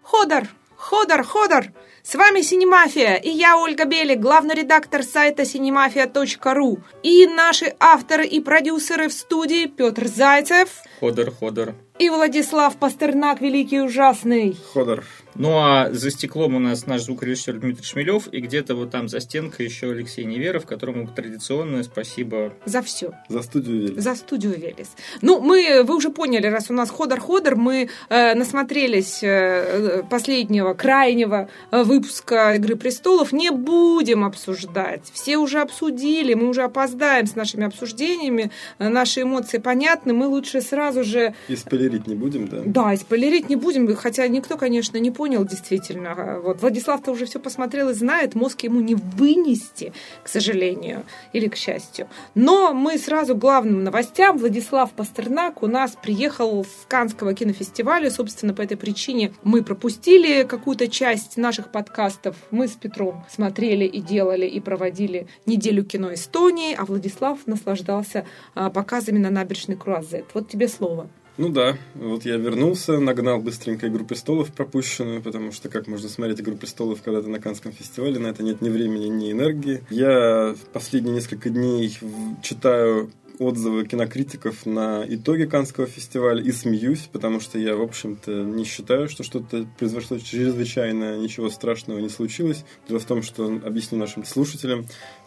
Ходор! Ходор! Ходор! С вами Синемафия, и я, Ольга Белик, главный редактор сайта cinemafia.ru. И наши авторы и продюсеры в студии Петр Зайцев. Ходор. И Владислав Пастернак, великий и ужасный. Ходор. Ну а за стеклом у нас наш звукорежиссер Дмитрий Шмелев, и где-то вот там за стенкой еще Алексей Неверов, которому традиционное спасибо. За все. За студию Велес. За студию Велес. Ну, вы уже поняли, раз у нас Ходор, мы насмотрелись последнего, крайнего выпуска «Игры престолов». Не будем обсуждать. Все уже обсудили, мы уже опоздаем с нашими обсуждениями. Наши эмоции понятны, мы лучше сразу же... И спойлерить не будем, да? Да, и спойлерить не будем, хотя никто, конечно, не понял действительно. Вот Владислав-то уже все посмотрел и знает, мозг ему не вынести, к сожалению, или к счастью. Но мы сразу к главным новостям. Владислав Пастернак у нас приехал с Каннского кинофестиваля. Собственно, по этой причине мы пропустили какую-то часть наших подкастов. Мы с Петром смотрели и делали, и проводили неделю кино Эстонии, а Владислав наслаждался показами на набережной Круазет. Вот тебе слово. Ну да, вот я вернулся, нагнал быстренько «Игру престолов» пропущенную, потому что как можно смотреть «Игру престолов», когда ты на Каннском фестивале, на это нет ни времени, ни энергии. Я последние несколько дней читаю отзывы кинокритиков на итоги Каннского фестиваля и смеюсь, потому что я, в общем-то, не считаю, что что-то произошло чрезвычайно, ничего страшного не случилось. Дело в том, что, объясню нашим слушателям,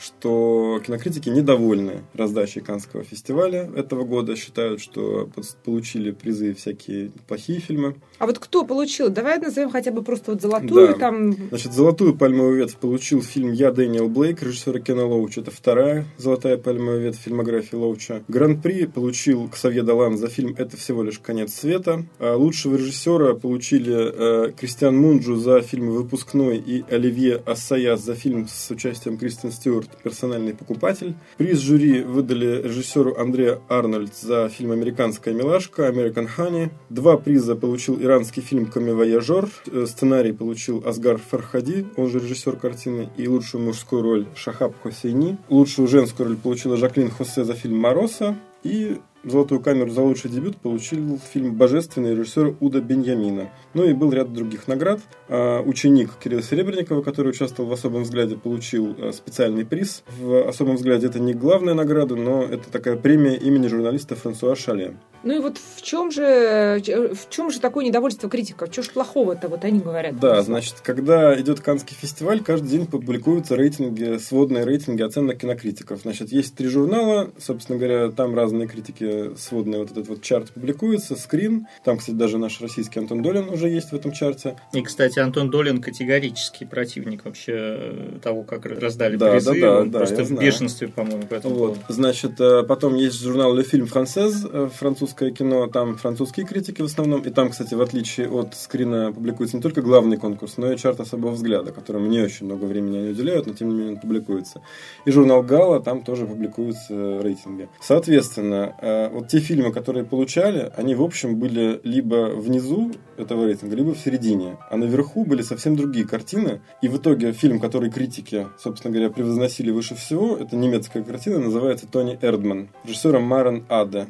что кинокритики недовольны раздачей Каннского фестиваля этого года, считают, что получили призы всякие плохие фильмы. А вот кто получил? Давай назовем хотя бы просто вот золотую. Да. Там... Значит, золотую пальмовую ветвь получил фильм «Я, Дэниел Блейк» режиссера Кена Лоуча. Это вторая золотая пальмовая ветвь фильмографии Лоуча. Гран-при получил Ксавье Далан за фильм «Это всего лишь конец света». А лучшего режиссера получили Кристиан Мунджу за фильм «Выпускной» и Оливье Ассаяс за фильм с участием Кристен Стюарт «Персональный покупатель». Приз жюри выдали режиссеру Андре Арнольд за фильм «Американская милашка» «American Honey». 2 приза получил иранский фильм «Коми-вояжер». Сценарий получил Асгар Фархади, он же режиссер картины, и лучшую мужскую роль Шахаб Хосейни. Лучшую женскую роль получила Жаклин Хосе за фильм «Мороса». И золотую камеру за лучший дебют получил фильм «Божественный» режиссера Уда Беньямина. Ну и был ряд других наград. Ученик Кирилла Серебренникова, который участвовал в «Особом взгляде», получил специальный приз. В «Особом взгляде» это не главная награда, но это такая премия имени журналиста Франсуа Шале. Ну и вот в чем же такое недовольство критиков? Что ж плохого-то, вот они говорят? Да, значит, когда идет Каннский фестиваль, каждый день публикуются рейтинги, сводные рейтинги оценок кинокритиков. Значит, есть 3 журнала, собственно говоря, там разные критики сводные, вот этот вот чарт публикуется, скрин. Там, кстати, даже наш российский Антон Долин уже есть в этом чарте. И, кстати, Антон Долин категорический противник вообще того, как раздали призы. Да, просто в бешенстве, по-моему, по этому поводу. Значит, потом есть журнал Le Film Français, французское кино, там французские критики в основном. И там, кстати, в отличие от скрина, публикуется не только главный конкурс, но и чарт особого взгляда, которому не очень много времени они уделяют, но тем не менее он публикуется. И журнал Гала, там тоже публикуются рейтинги. Соответственно, вот те фильмы, которые получали, они, в общем, были либо внизу этого рейтинга, либо в середине. А наверху были совсем другие картины. И в итоге фильм, который критики, собственно говоря, превозносили выше всего, это немецкая картина, называется «Тони Эрдман», режиссера Марен Аде.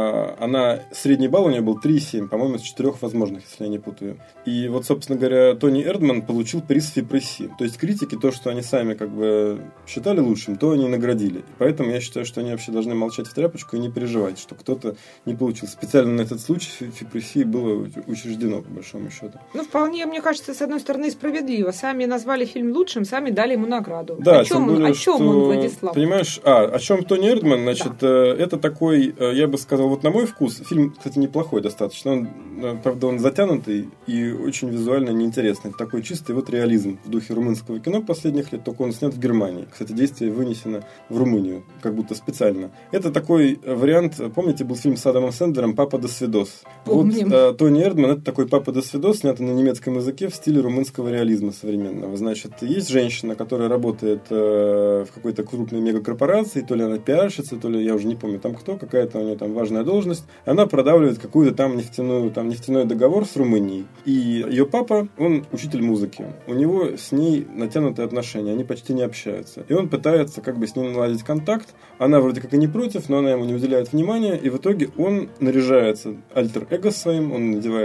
Средний балл у нее был 3,7, по-моему, из 4 возможных, если я не путаю. И вот, собственно говоря, Тони Эрдман получил приз Фипресси. То есть критики, то, что они сами как бы считали лучшим, то они наградили. И поэтому я считаю, что они вообще должны молчать в тряпочку и не переживать, что кто-то не получил. Специально на этот случай Фипресси было учреждено, по большому счету. Ну, вполне, мне кажется, с одной стороны, справедливо. Сами назвали фильм лучшим, сами дали ему награду. Да, о чем он, Владислав? Понимаешь, о чем Тони Эрдман? Значит, да. Это такой, я бы сказал, вот на мой вкус, фильм, кстати, неплохой достаточно. Он, правда, он затянутый и очень визуально неинтересный. Это такой чистый вот реализм в духе румынского кино последних лет, только он снят в Германии. Кстати, действие вынесено в Румынию, как будто специально. Это такой вариант, помните, был фильм с Адамом Сэндлером «Папа до свидос». Помним. Вот Тони Эрдман — это такой «Папа до свидос», снятый на немецком языке в стиле румынского реализма современного. Значит, есть женщина, которая работает в какой-то крупной мегакорпорации, то ли она пиарщица, то ли, я уже не помню там кто, какая-то у нее там важная должность. Она продавливает какую-то там нефтяной договор с Румынией. И ее папа, он учитель музыки. У него с ней натянутые отношения, они почти не общаются. И он пытается как бы с ней наладить контакт. Она вроде как и не против, но она ему не уделяет внимания. И в итоге он наряжается альтер-эго своим, он надевает костюм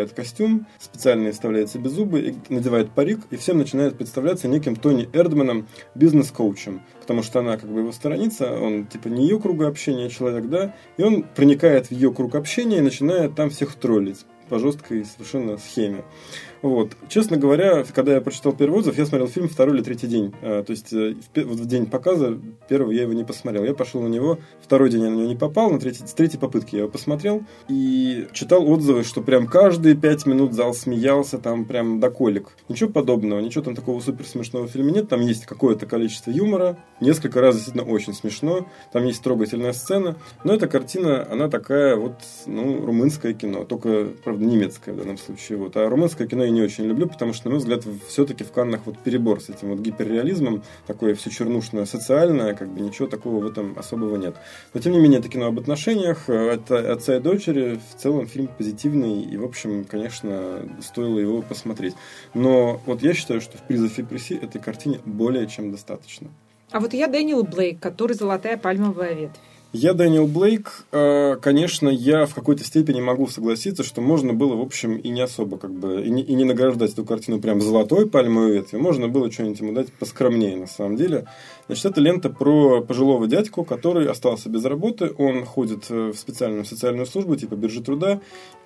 костюм, специально вставляет себе зубы, и надевает парик, и всем начинает представляться неким Тони Эрдманом, бизнес-коучем. Потому что она как бы его сторонница, он типа не ее круга общения человек, да, и он проникает в ее круг общения и начинает там всех троллить по жесткой совершенно схеме. Вот. Честно говоря, когда я прочитал первый отзыв, я смотрел фильм второй или третий день. То есть в день показа первый я его не посмотрел. Я пошел на него, второй день я на него не попал, с третьей попытки я его посмотрел и читал отзывы, что прям каждые 5 минут зал смеялся, там прям до колик. Ничего подобного, ничего там такого супер смешного в фильме нет. Там есть какое-то количество юмора, несколько раз действительно очень смешно, там есть трогательная сцена, но эта картина, она такая вот, румынское кино, только, правда, немецкое в данном случае. Вот. А румынское кино я не очень люблю, потому что, на мой взгляд, все-таки в Каннах вот перебор с этим вот гиперреализмом, такое все чернушное, социальное, как бы ничего такого в этом особого нет. Но, тем не менее, это кино об отношениях, это отца и дочери, в целом фильм позитивный, и, в общем, конечно, стоило его посмотреть. Но вот я считаю, что в «Приза Фипреси» этой картине более чем достаточно. А вот я Дэниел Блейк, который «Золотая пальмовая ветвь». Я Дэниел Блейк, конечно, я в какой-то степени могу согласиться, что можно было, в общем, и не особо, как бы, и не награждать эту картину прям золотой пальмовой ветвью. Можно было что-нибудь ему дать поскромнее, на самом деле. Значит, это лента про пожилого дядьку, который остался без работы. Он ходит в специальную социальную службу, типа биржи труда,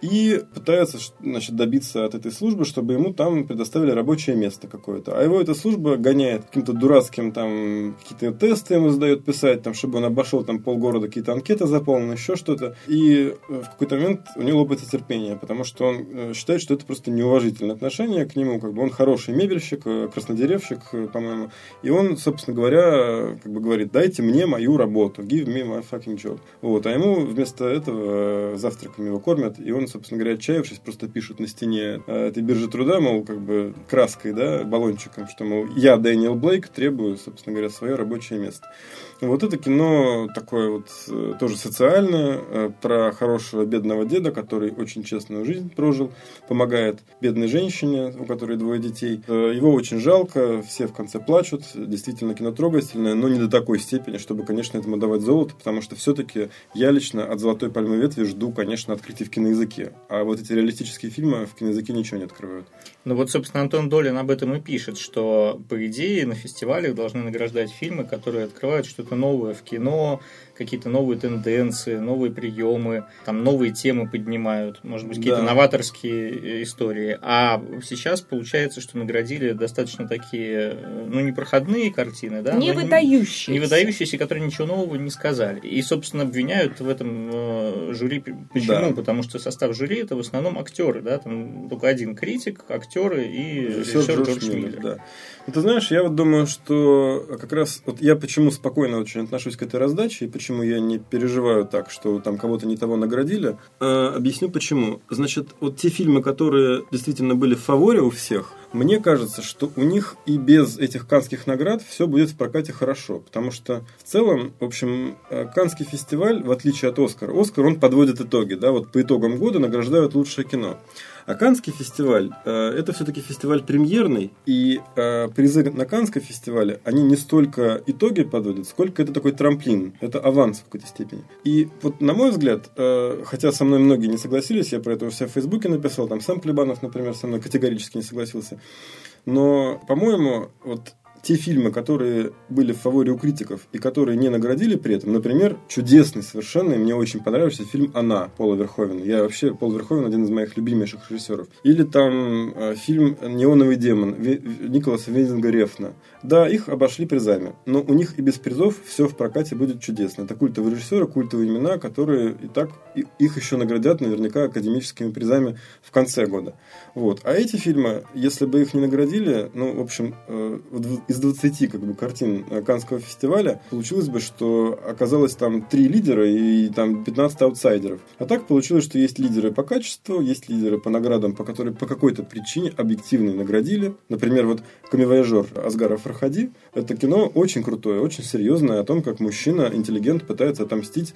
и пытается, значит, добиться от этой службы, чтобы ему там предоставили рабочее место какое-то. А его эта служба гоняет каким-то дурацким, там, какие-то тесты ему задает писать, там, чтобы он обошел там полгорода, какие-то анкеты заполнены, еще что-то. И в какой-то момент у него лопается терпение, потому что он считает, что это просто неуважительное отношение к нему. Как бы он хороший мебельщик, краснодеревщик, по-моему. И он, собственно говоря, как бы говорит: дайте мне мою работу, give me my fucking job. Вот. А ему вместо этого завтраками его кормят, и он, собственно говоря, отчаявшись, просто пишет на стене этой биржи труда, мол, как бы краской, да, баллончиком, что, мол, я, Дэниел Блейк, требую, собственно говоря, свое рабочее место. Вот это кино такое вот тоже социальное, про хорошего бедного деда, который очень честную жизнь прожил, помогает бедной женщине, у которой 2 детей. Его очень жалко, все в конце плачут, действительно кино трогательное, но не до такой степени, чтобы, конечно, этому давать золото, потому что все-таки я лично от «Золотой пальмовой ветви» жду, конечно, открытий в киноязыке. А вот эти реалистические фильмы в киноязыке ничего не открывают. Ну вот, собственно, Антон Долин об этом и пишет, что, по идее, на фестивалях должны награждать фильмы, которые открывают что-то новое в кино, какие-то новые тенденции, новые приемы, там новые темы поднимают, может быть, какие-то новаторские истории. А сейчас получается, что наградили достаточно такие, непроходные картины, да? Не выдающиеся. Не выдающиеся, которые ничего нового не сказали. И, собственно, обвиняют в этом жюри. Почему? Да. Потому что состав жюри — это в основном актеры, да? Там только один критик, актеры и режиссер Джордж Миллер. Да. Ты знаешь, я вот думаю, что как раз вот я почему спокойно очень отношусь к этой раздаче и почему я не переживаю так, что там кого-то не того наградили. Объясню почему. Значит, вот те фильмы, которые действительно были в фаворе у всех, мне кажется, что у них и без этих каннских наград все будет в прокате хорошо. Потому что в целом, в общем, Каннский фестиваль, в отличие от Оскара, он подводит итоги, да, вот по итогам года награждают лучшее кино. А Каннский фестиваль это все-таки фестиваль премьерный, и призы на Каннском фестивале, они не столько итоги подводят, сколько это такой трамплин, это аванс в какой-то степени. И вот, на мой взгляд, хотя со мной многие не согласились, я про это у себя в Фейсбуке написал, там сам Плебанов, например, со мной категорически не согласился, но, по-моему, вот те фильмы, которые были в фаворе у критиков и которые не наградили при этом, например, чудесный совершенно, и мне очень понравился фильм «Она» Пола Верховена. Пол Верховен один из моих любимейших режиссеров. Или там фильм «Неоновый демон» Николаса Виндинга Рефна. Да, их обошли призами, но у них и без призов все в прокате будет чудесно. Это культовые режиссеры, культовые имена, которые и так их еще наградят наверняка академическими призами в конце года. Вот. А эти фильмы, если бы их не наградили, в общем, из 20 картин Каннского фестиваля получилось бы, что оказалось там 3 лидера и там 15 аутсайдеров. А так получилось, что есть лидеры по качеству, есть лидеры по наградам, по которым по какой-то причине объективно наградили. Например, вот «Камевояжер» Асгара Фархади. Это кино очень крутое, очень серьезное о том, как мужчина, интеллигент, пытается отомстить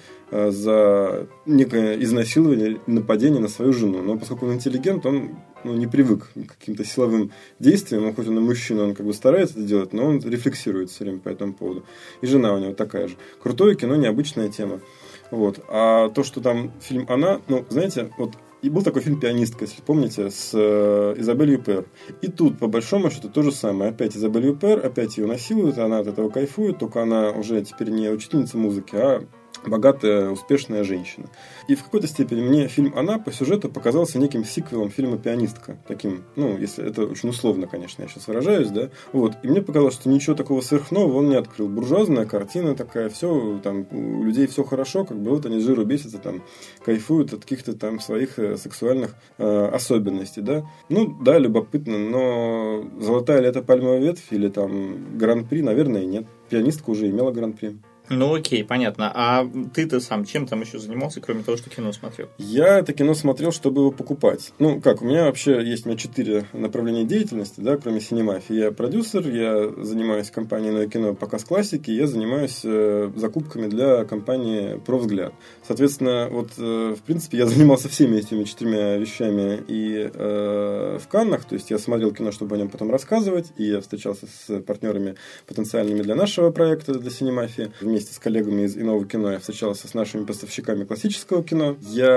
за некое изнасилование, нападение на свою жену. Но поскольку он интеллигент, он не привык к каким-то силовым действиям, хоть он и мужчина, он как бы старается это делать, но он рефлексирует все время по этому поводу. И жена у него такая же. Крутое кино, необычная тема. Вот. А то, что там фильм «Она», знаете, вот И был такой фильм «Пианистка», если помните, с Изабель Юппер. И тут, по большому счету, то же самое. Опять Изабель Юппер, опять ее насилуют, она от этого кайфует, только она уже теперь не учительница музыки, а богатая, успешная женщина. И в какой-то степени мне фильм «Она» по сюжету показался неким сиквелом фильма «Пианистка». Таким, если это очень условно, конечно, я сейчас выражаюсь, да. Вот. И мне показалось, что ничего такого сверхнового он не открыл. Буржуазная картина такая, все, там, у людей все хорошо, как бы вот они с жиру бесятся, там, кайфуют от каких-то там своих сексуальных особенностей, да. Да, любопытно, но золотая ли это пальмовая ветвь или там гран-при, наверное, нет. «Пианистка» уже имела гран-при. Окей, понятно. А ты-то сам чем там еще занимался, кроме того, что кино смотрел? Я это кино смотрел, чтобы его покупать. У меня вообще есть 4 направления деятельности, да, кроме синемафии. Я продюсер, я занимаюсь компанией «Иное кино», показ классики, я занимаюсь закупками для компании «Провзгляд». Соответственно, в принципе, я занимался всеми этими 4 вещами и в Каннах, то есть я смотрел кино, чтобы о нем потом рассказывать, и я встречался с партнерами потенциальными для нашего проекта, для синемафии. Вместе с коллегами из «Иного кино» я встречался с нашими поставщиками классического кино.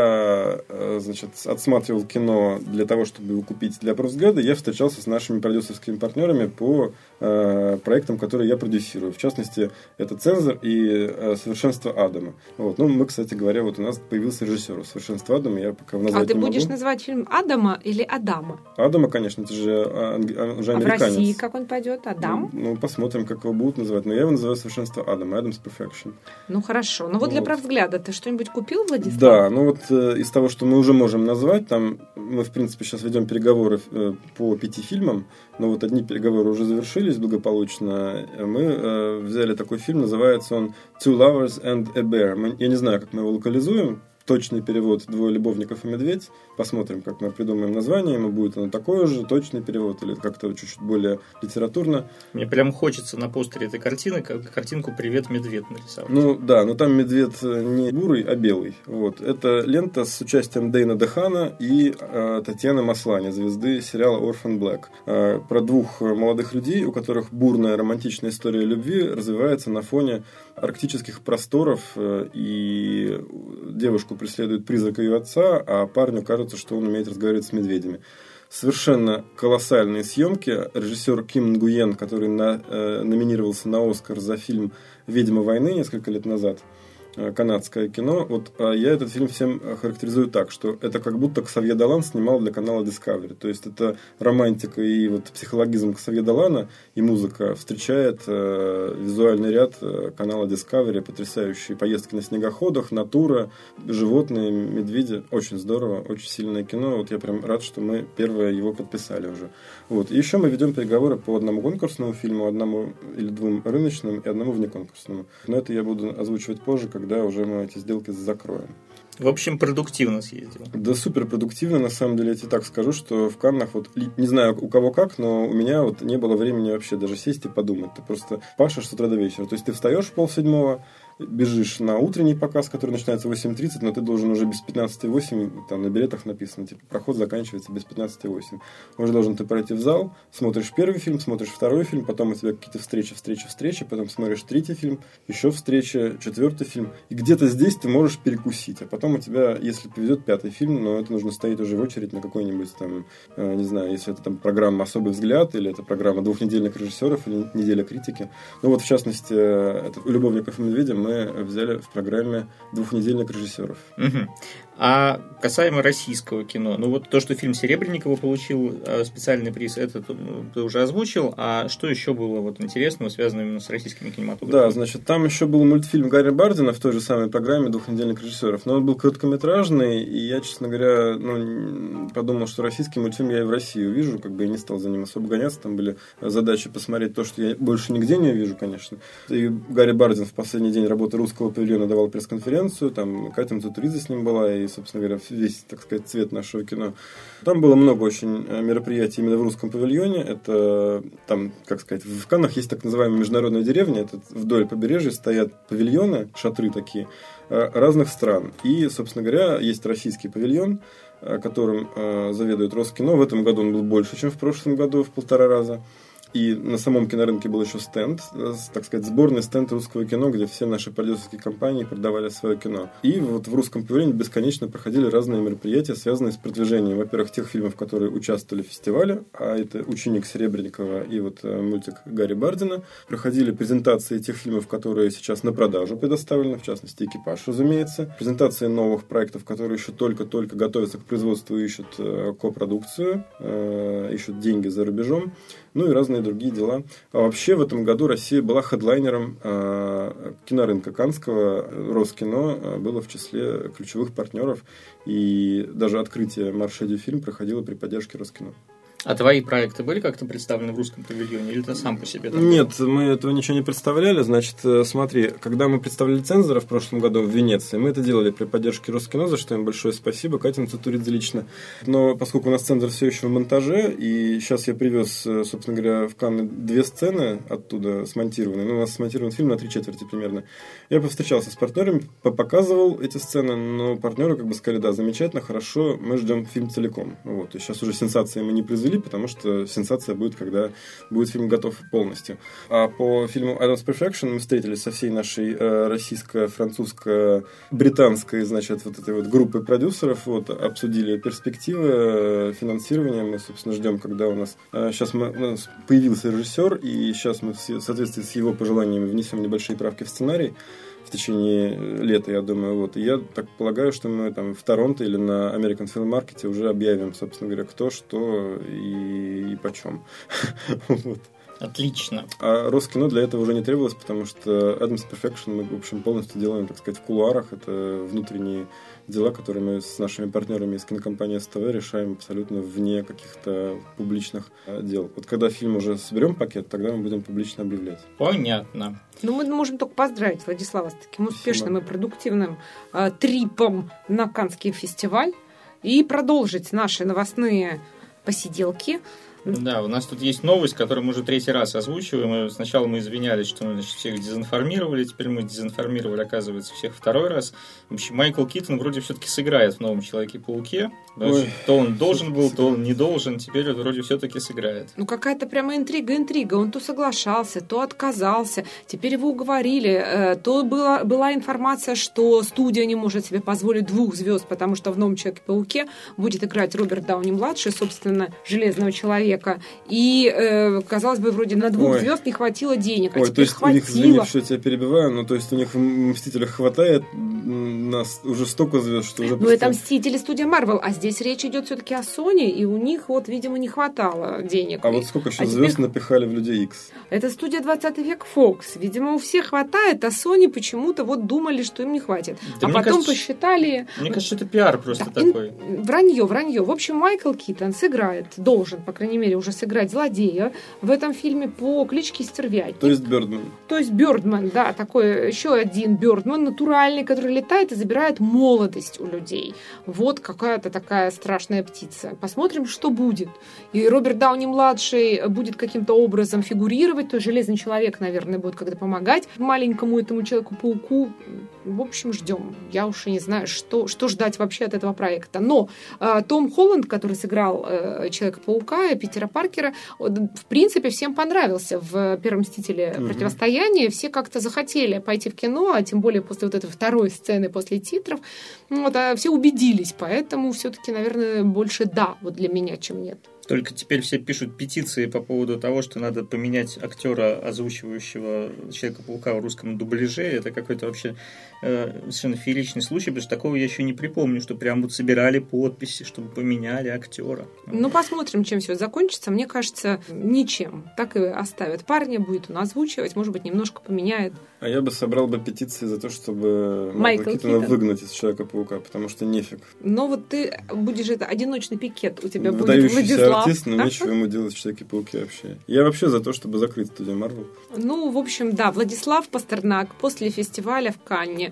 Я, отсматривал кино для того, чтобы его купить для «Провзгляда». Я встречался с нашими продюсерскими партнерами по проектам, которые я продюсирую. В частности, это «Цензор» и «Совершенство Адама». Мы, кстати говоря, у нас появился режиссер «Совершенство Адама». Я пока назвать ты не могу. будешь называть фильм «Адама» или «Адама»? Адама, конечно, это же уже американец. А в России как он пойдет? «Адам»? Посмотрим, как его будут называть. Но я его называю «Совершенство Адама». Adam's Perfection. Хорошо. Для «Провзгляда» ты что-нибудь купил, Владислав? Да, из того, что мы уже можем назвать, там мы, в принципе, сейчас ведем переговоры по 5 фильмам, но одни переговоры уже завершились благополучно. Мы взяли такой фильм, называется он «Two Lovers and a Bear». Я не знаю, как мы его локализуем. Точный перевод «Двое любовников и медведь». Посмотрим, как мы придумаем название. Ему будет оно такое же, точный перевод, или как-то чуть-чуть более литературно. Мне прям хочется на постере этой картины картинку «Привет, медведь» нарисовать. Но там медведь не бурый, а белый. Это лента с участием Дэйна Дехана и Татьяны Маслани, звезды сериала «Orphan Black». Про 2 молодых людей, у которых бурная романтичная история любви развивается на фоне арктических просторов, и девушку преследует призрак ее отца, а парню кажется, что он умеет разговаривать с медведями. Совершенно колоссальные съемки. Режиссер Ким Нгуен, который номинировался на «Оскар» за фильм «Ведьма войны» несколько лет назад, канадское кино. Я этот фильм всем характеризую так, что это как будто Ксавье Долан снимал для канала Discovery. То есть это романтика и психологизм Ксавье Долана и музыка встречает визуальный ряд канала Discovery, потрясающие поездки на снегоходах, натура, животные, медведи. Очень здорово, очень сильное кино. Я прям рад, что мы первое его подписали уже. И еще мы ведем переговоры по 1 конкурсному фильму, 1 или 2 рыночным и 1 внеконкурсному. Но это я буду озвучивать позже, когда уже мы эти сделки закроем. В общем, продуктивно съездил. Да, супер продуктивно, на самом деле, я тебе так скажу, что в Каннах, не знаю у кого как, но у меня не было времени вообще даже сесть и подумать. Ты просто пашешь с утра до вечера. То есть ты встаешь в 6:30, бежишь на утренний показ, который начинается в 8:30, но ты должен уже без 15:08, там на билетах написано, проход заканчивается без 15:08. Уже должен ты пройти в зал, смотришь первый фильм, смотришь второй фильм, потом у тебя какие-то встречи, потом смотришь 3-й фильм, еще встреча, 4-й фильм, и где-то здесь ты можешь перекусить, а потом у тебя, если повезет, 5-й фильм, но это нужно стоять уже в очередь на какой-нибудь там, не знаю, если это там программа «Особый взгляд», или это программа 2-недельных режиссеров, или «Неделя критики». В частности, у «Любовников и медведя» мы взяли в программе 2-недельных режиссеров. Угу. А касаемо российского кино, то, что фильм Серебренникова получил специальный приз, это ты уже озвучил, а что еще было интересного, связанного именно с российским кинематографом? Да, там еще был мультфильм Гарри Бардина в той же самой программе 2-недельных режиссеров, но он был короткометражный, и я, честно говоря, подумал, что российский мультфильм я и в России увижу, и не стал за ним особо гоняться, там были задачи посмотреть то, что я больше нигде не увижу, конечно. И Гарри Бардин в последний день работы русского павильона давал пресс-конференцию, там Катя Мцатуридзе с ним была, и, собственно говоря, весь, так сказать, цвет нашего кино. Там было много очень мероприятий именно в русском павильоне. Это там, как сказать, в Каннах есть так называемая международная деревня. Это вдоль побережья стоят павильоны, шатры такие, разных стран. И, собственно говоря, есть российский павильон, которым заведует Роскино. В этом году он был больше, чем в прошлом году, в 1,5 раза. И на самом кинорынке был еще стенд, так сказать, сборный стенд русского кино, где все наши продюсерские компании продавали свое кино. И вот в русском павильоне бесконечно проходили разные мероприятия, связанные с продвижением, во-первых, тех фильмов, которые участвовали в фестивале, а это «Ученик Серебренникова» и вот мультик Гарри Бардина. Проходили презентации тех фильмов, которые сейчас на продажу предоставлены, в частности, «Экипаж», разумеется. Презентации новых проектов, которые еще только-только готовятся к производству и ищут копродукцию, ищут деньги за рубежом. Ну и разные другие дела. А вообще в этом году Россия была хедлайнером кинорынка Каннского. Роскино было в числе ключевых партнеров. И даже открытие «Марше дю фильм» проходило при поддержке Роскино. А твои проекты были как-то представлены в русском павильоне, или ты сам по себе? Нет, мы этого ничего не представляли. Значит, смотри, когда мы представляли «Цензора» в прошлом году в Венеции, мы это делали при поддержке Роскино, за что им большое спасибо, Катя Цатуридзе лично. Но поскольку у нас «Цензор» все еще в монтаже, и сейчас я привез, собственно говоря, в Канны 2 сцены оттуда смонтированные, у нас смонтирован фильм на 3/4 примерно, я повстречался с партнерами, показывал эти сцены, но партнеры как бы сказали, да, замечательно, хорошо, мы ждем фильм целиком. Вот. И сейчас уже сенсации мы не произвели, потому что сенсация будет, когда будет фильм готов полностью. А по фильму Adam's Perfection мы встретились со всей нашей российско-французско-британской, значит, вот этой вот группой продюсеров, вот, обсудили перспективы финансирования. Мы, собственно, ждем, когда у нас нас появился режиссер, и сейчас мы в соответствии с его пожеланиями внесем небольшие правки в сценарий в течение лета, я думаю. Вот. И я так полагаю, что мы там в Торонто или на American Film Market уже объявим, собственно говоря, кто, что и почем. Вот. Отлично. А Роскино для этого уже не требовалось, потому что Adam's Perfection мы, в общем, полностью делаем, так сказать, в кулуарах. Это внутренние дела, которые мы с нашими партнерами из кинокомпании СТВ решаем абсолютно вне каких-то публичных дел. Вот когда фильм уже соберем пакет, тогда мы будем публично объявлять. Понятно. Ну, мы можем только поздравить Владислава с таким успешным и продуктивным трипом на Каннский фестиваль и продолжить наши новостные посиделки. Да, у нас тут есть новость, которую мы уже 3-й раз озвучиваем. Сначала мы извинялись, что мы, значит, всех дезинформировали, теперь мы дезинформировали, оказывается, всех 2-й раз. В общем, Майкл Китон вроде все-таки сыграет в новом Человеке-пауке. То он должен был, то он не должен, теперь он вроде все-таки сыграет. Ну, какая-то прямо интрига. Он то соглашался, то отказался. Теперь его уговорили. То была информация, что студия не может себе позволить 2 звезд, потому что в новом Человеке-пауке будет играть Роберт Дауни-младший, собственно, Железного человека. И, казалось бы, вроде на 2 звезд не хватило денег, а теперь то есть хватило. У них, извини, что я тебя перебиваю, но то есть у них в «Мстителях» хватает нас уже столько звезд, что уже... Ну, это «Мстители» студия Marvel, а здесь речь идет все-таки о Sony, и у них, вот, видимо, не хватало денег. А вот сколько сейчас звезд напихали в «Людей Икс»? Это студия 20 век Fox. Видимо, у всех хватает, а Sony почему-то вот думали, что им не хватит. Да, а потом кажется, посчитали... Мне кажется, это пиар просто такой. Вранье. В общем, Майкл Китон должен, по крайней мере, уже сыграть злодея в этом фильме по кличке Стервятник. То есть Бёрдман. То есть Бёрдман, да, такой еще один Бёрдман, натуральный, который летает и забирает молодость у людей. Вот какая-то такая страшная птица. Посмотрим, что будет. И Роберт Дауни-младший будет каким-то образом фигурировать, то есть Железный человек, наверное, будет когда помогать маленькому этому Человеку-пауку. В общем, ждем. Я уж и не знаю, что ждать вообще от этого проекта. Но Том Холланд, который сыграл Человека-паука и Питера Паркера, в принципе, всем понравился в «Первом мстителе» противостояние. Все как-то захотели пойти в кино, а тем более после вот этой 2-й сцены после титров. Вот, а все убедились, поэтому все-таки, наверное, больше да, вот для меня, чем нет. Только теперь все пишут петиции по поводу того, что надо поменять актера, озвучивающего Человека-паука в русском дубляже. Это какой-то вообще совершенно фееричный случай, потому что такого я еще не припомню, что прям вот собирали подписи, чтобы поменяли актера. Ну, посмотрим, чем все закончится. Мне кажется, ничем. Так и оставят парня, будет он озвучивать, может быть, немножко поменяет. А я бы собрал бы петиции за то, чтобы Майкла Китона выгнать из Человека-паука, потому что нефиг. Но вот ты будешь одиночный пикет у тебя будет, Владислав. Артист, но нечего ему делать в Человеке-пауке вообще. Я вообще за то, чтобы закрыть студию Marvel. Ну, в общем, да, Владислав Пастернак после фестиваля в Канне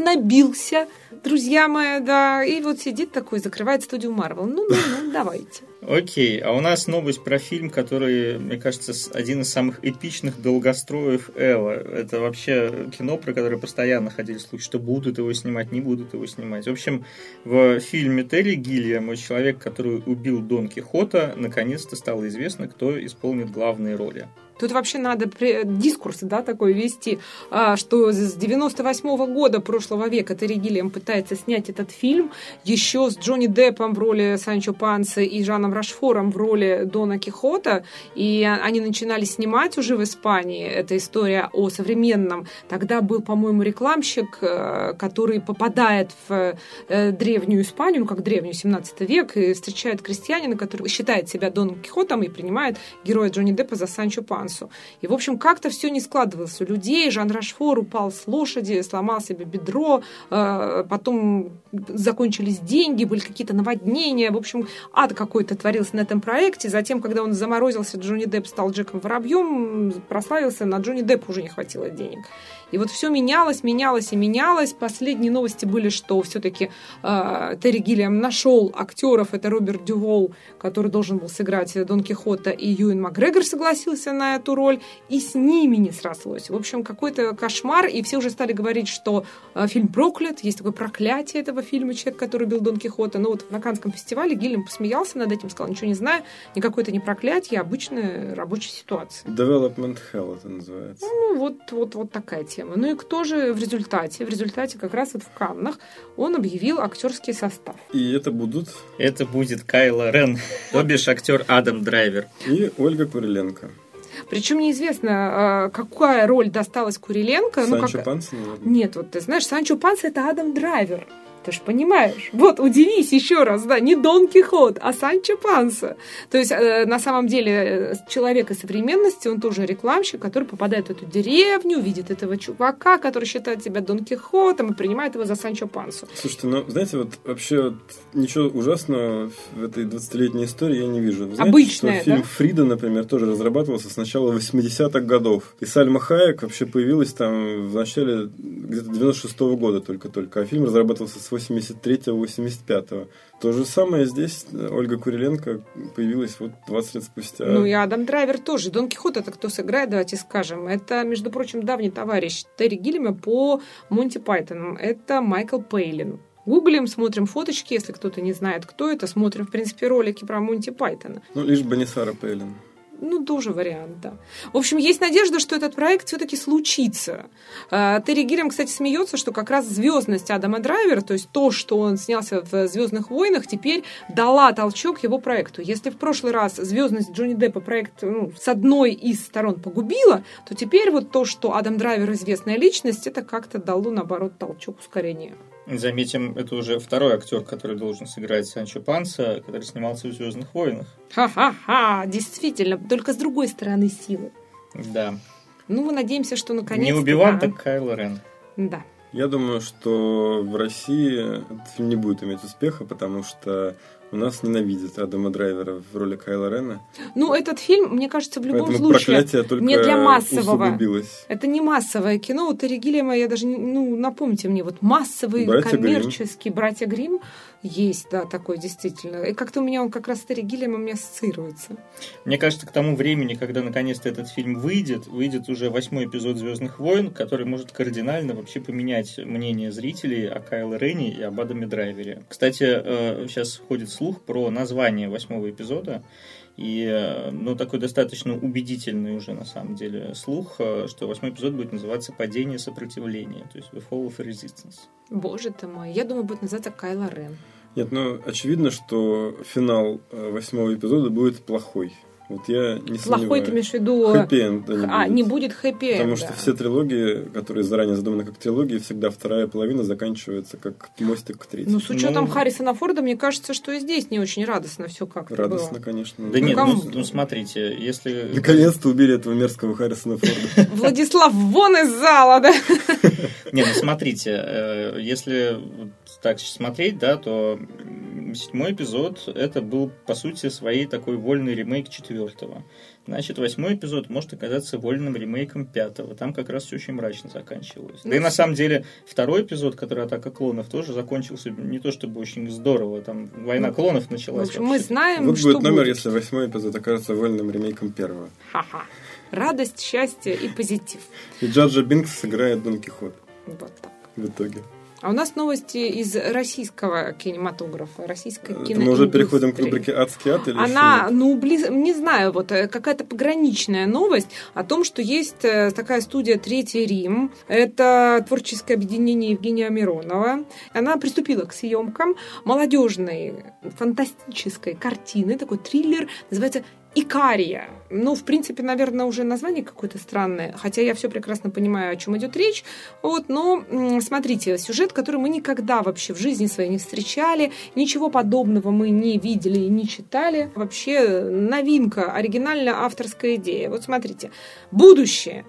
заснобился, друзья мои, да, и вот сидит такой, закрывает студию Marvel. Ну, давайте. Окей, а у нас новость про фильм, который, мне кажется, один из самых эпичных долгостроев Эва. Это вообще кино, про которое постоянно ходили слухи, что будут его снимать, не будут его снимать. В общем, в фильме Терри Гиллиама человек, который убил Дон Кихота, наконец-то стало известно, кто исполнит главные роли. Тут вообще надо дискурс, да, такой вести, что с 98-го года прошлого века Терри Гиллиам пытается снять этот фильм еще с Джонни Деппом в роли Санчо Пансы и Жаном Рашфором в роли Дона Кихота, и они начинали снимать уже в Испании. Это история о современном. Тогда был, по-моему, рекламщик, который попадает в древнюю Испанию, ну как древнюю, 17 век, и встречает крестьянина, который считает себя Доном Кихотом и принимает героя Джонни Деппа за Санчо Пансу. И, в общем, как-то все не складывалось у людей. Жан Рашфор упал с лошади, сломал себе бедро, потом закончились деньги, были какие-то наводнения. В общем, ад какой-то творился на этом проекте. Затем, когда он заморозился, Джонни Депп стал Джеком Воробьем, прославился, на Джонни Деппа уже не хватило денег. И вот все менялось. Последние новости были, что все-таки Терри Гиллиам нашел актеров. Это Роберт Дювол, который должен был сыграть Дон Кихота, и Юэн Макгрегор согласился на эту роль, и с ними не срослось. В общем, какой-то кошмар, и все уже стали говорить, что фильм проклят, есть такое проклятие этого фильма, человек, который убил Дон Кихота. Но вот на Каннском фестивале Гиллиам посмеялся над этим, сказал, ничего не знаю, никакое это не проклятие, а обычная рабочая ситуация. Development Hell это называется. Ну, вот такая тема. Ну и кто же в результате? В результате как раз вот в Каннах он объявил актерский состав. И это будут? Это будет Кайло Рен, то бишь актер Адам Драйвер. И Ольга Куриленко. Причем неизвестно, какая роль досталась Куриленко. Санчо Панса, наверное? Нет, вот ты знаешь, Санчо Панса — это Адам Драйвер. Ты же понимаешь. Вот, удивись еще раз, да, не Дон Кихот, а Санчо Панса. То есть, на самом деле, человек из современности, он тоже рекламщик, который попадает в эту деревню, видит этого чувака, который считает себя Дон Кихотом и принимает его за Санчо Пансу. Слушайте, ну, знаете, вот вообще ничего ужасного в этой 20-летней истории я не вижу. Знаете, обычная, что фильм да? «Фрида», например, тоже разрабатывался с начала 80-х годов. И Сальма Хайек вообще появилась там в начале где-то 96-го года только-только. А фильм разрабатывался с 83-го, 85-го. То же самое здесь. Ольга Куриленко появилась вот 20 лет спустя. Ну и Адам Драйвер тоже. Дон Кихот — это кто сыграет, давайте скажем. Это, между прочим, давний товарищ Терри Гиллиама по Монти Пайтону. Это Майкл Пейлин. Гуглим, смотрим фоточки. Если кто-то не знает, кто это, смотрим, в принципе, ролики про Монти Пайтона. Ну, лишь бы не Сара Пейлин. Ну, тоже вариант, да. В общем, есть надежда, что этот проект все-таки случится. Терри Гиллиам, кстати, смеется, что как раз звездность Адама Драйвера, то есть то, что он снялся в «Звездных войнах», теперь дала толчок его проекту. Если в прошлый раз звездность Джонни Деппа проект с одной из сторон погубила, то теперь вот то, что Адам Драйвер известная личность, это как-то дало, наоборот, толчок, ускорения. Заметим, это уже второй актер, который должен сыграть Санчо Панса, который снимался в «Звездных войнах». Ха-ха-ха, действительно, только с другой стороны силы. Да. Ну, мы надеемся, что наконец-то... Не убивал, так Кайло Рен. Да. Я думаю, что в России этот фильм не будет иметь успеха, потому что у нас ненавидят Адама Драйвера в роли Кайло Рена. Ну, этот фильм, мне кажется, в любом Поэтому случае проклятие только не для массового. усугубилось. Это не массовое кино. У Терри Гиллиама, я даже, напомните мне, вот массовый, «Братья коммерческий «Братья Гримм» есть, да, такой действительно. И как-то у меня он как раз с Терри Гиллиамом не ассоциируется. Мне кажется, к тому времени, когда наконец-то этот фильм выйдет уже 8-й эпизод «Звездных войн», который может кардинально вообще поменять мнение зрителей о Кайло Рене и об Адаме Драйвере. Кстати, сейчас ходит слух про название 8-го эпизода. И, такой достаточно убедительный уже, на самом деле, слух, что 8-й эпизод будет называться «Падение сопротивления», то есть «The Fall of Resistance». Боже ты мой, я думаю, будет называться Кайло Рен. Нет, очевидно, что финал 8-го эпизода будет плохой. Вот я не сомневаюсь. Плохой ты имеешь в виду... Хэппи-энд не будет хэппи-энда. Потому что все трилогии, которые заранее задуманы как трилогии, всегда вторая половина заканчивается как мостик к третьей. Ну, с учетом Харрисона Форда, мне кажется, что и здесь не очень радостно все как-то радостно, было. конечно. Да нет, смотрите, если... Наконец-то убили этого мерзкого Харрисона Форда. Владислав, вон из зала, да? Не, смотрите, если так смотреть, да, то 7-й эпизод это был, по сути, своей такой вольный ремейк 4-го. Значит, 8-й эпизод может оказаться вольным ремейком 5-го. Там как раз все очень мрачно заканчивалось. Да и на самом деле 2-й эпизод, который «Атака клонов», тоже закончился не то чтобы очень здорово. Там война клонов началась. В общем, мы знаем, вот что будет номер, если 8-й эпизод окажется вольным ремейком 1-го. Ха-ха. Радость, счастье и позитив. И Джаджа Бинкс сыграет Дон Кихот. Вот так. В итоге. А у нас новости из российского кинематографа, российской киноиндустрии. Мы уже переходим к рубрике «Адский ад» или она, не знаю, вот какая-то пограничная новость о том, что есть такая студия «Третий Рим». Это творческое объединение Евгения Миронова. Она приступила к съемкам молодежной фантастической картины, такой триллер, называется «Икария». Ну, в принципе, наверное, уже название какое-то странное, хотя я все прекрасно понимаю, о чем идет речь. Вот, но смотрите, сюжет, который мы никогда вообще в жизни своей не встречали, ничего подобного мы не видели и не читали. Вообще новинка, оригинальная авторская идея. Вот смотрите, будущее,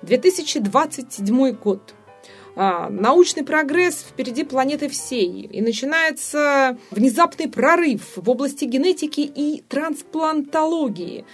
2027 год. Научный прогресс впереди планеты всей. И начинается внезапный прорыв в области генетики и трансплантологии.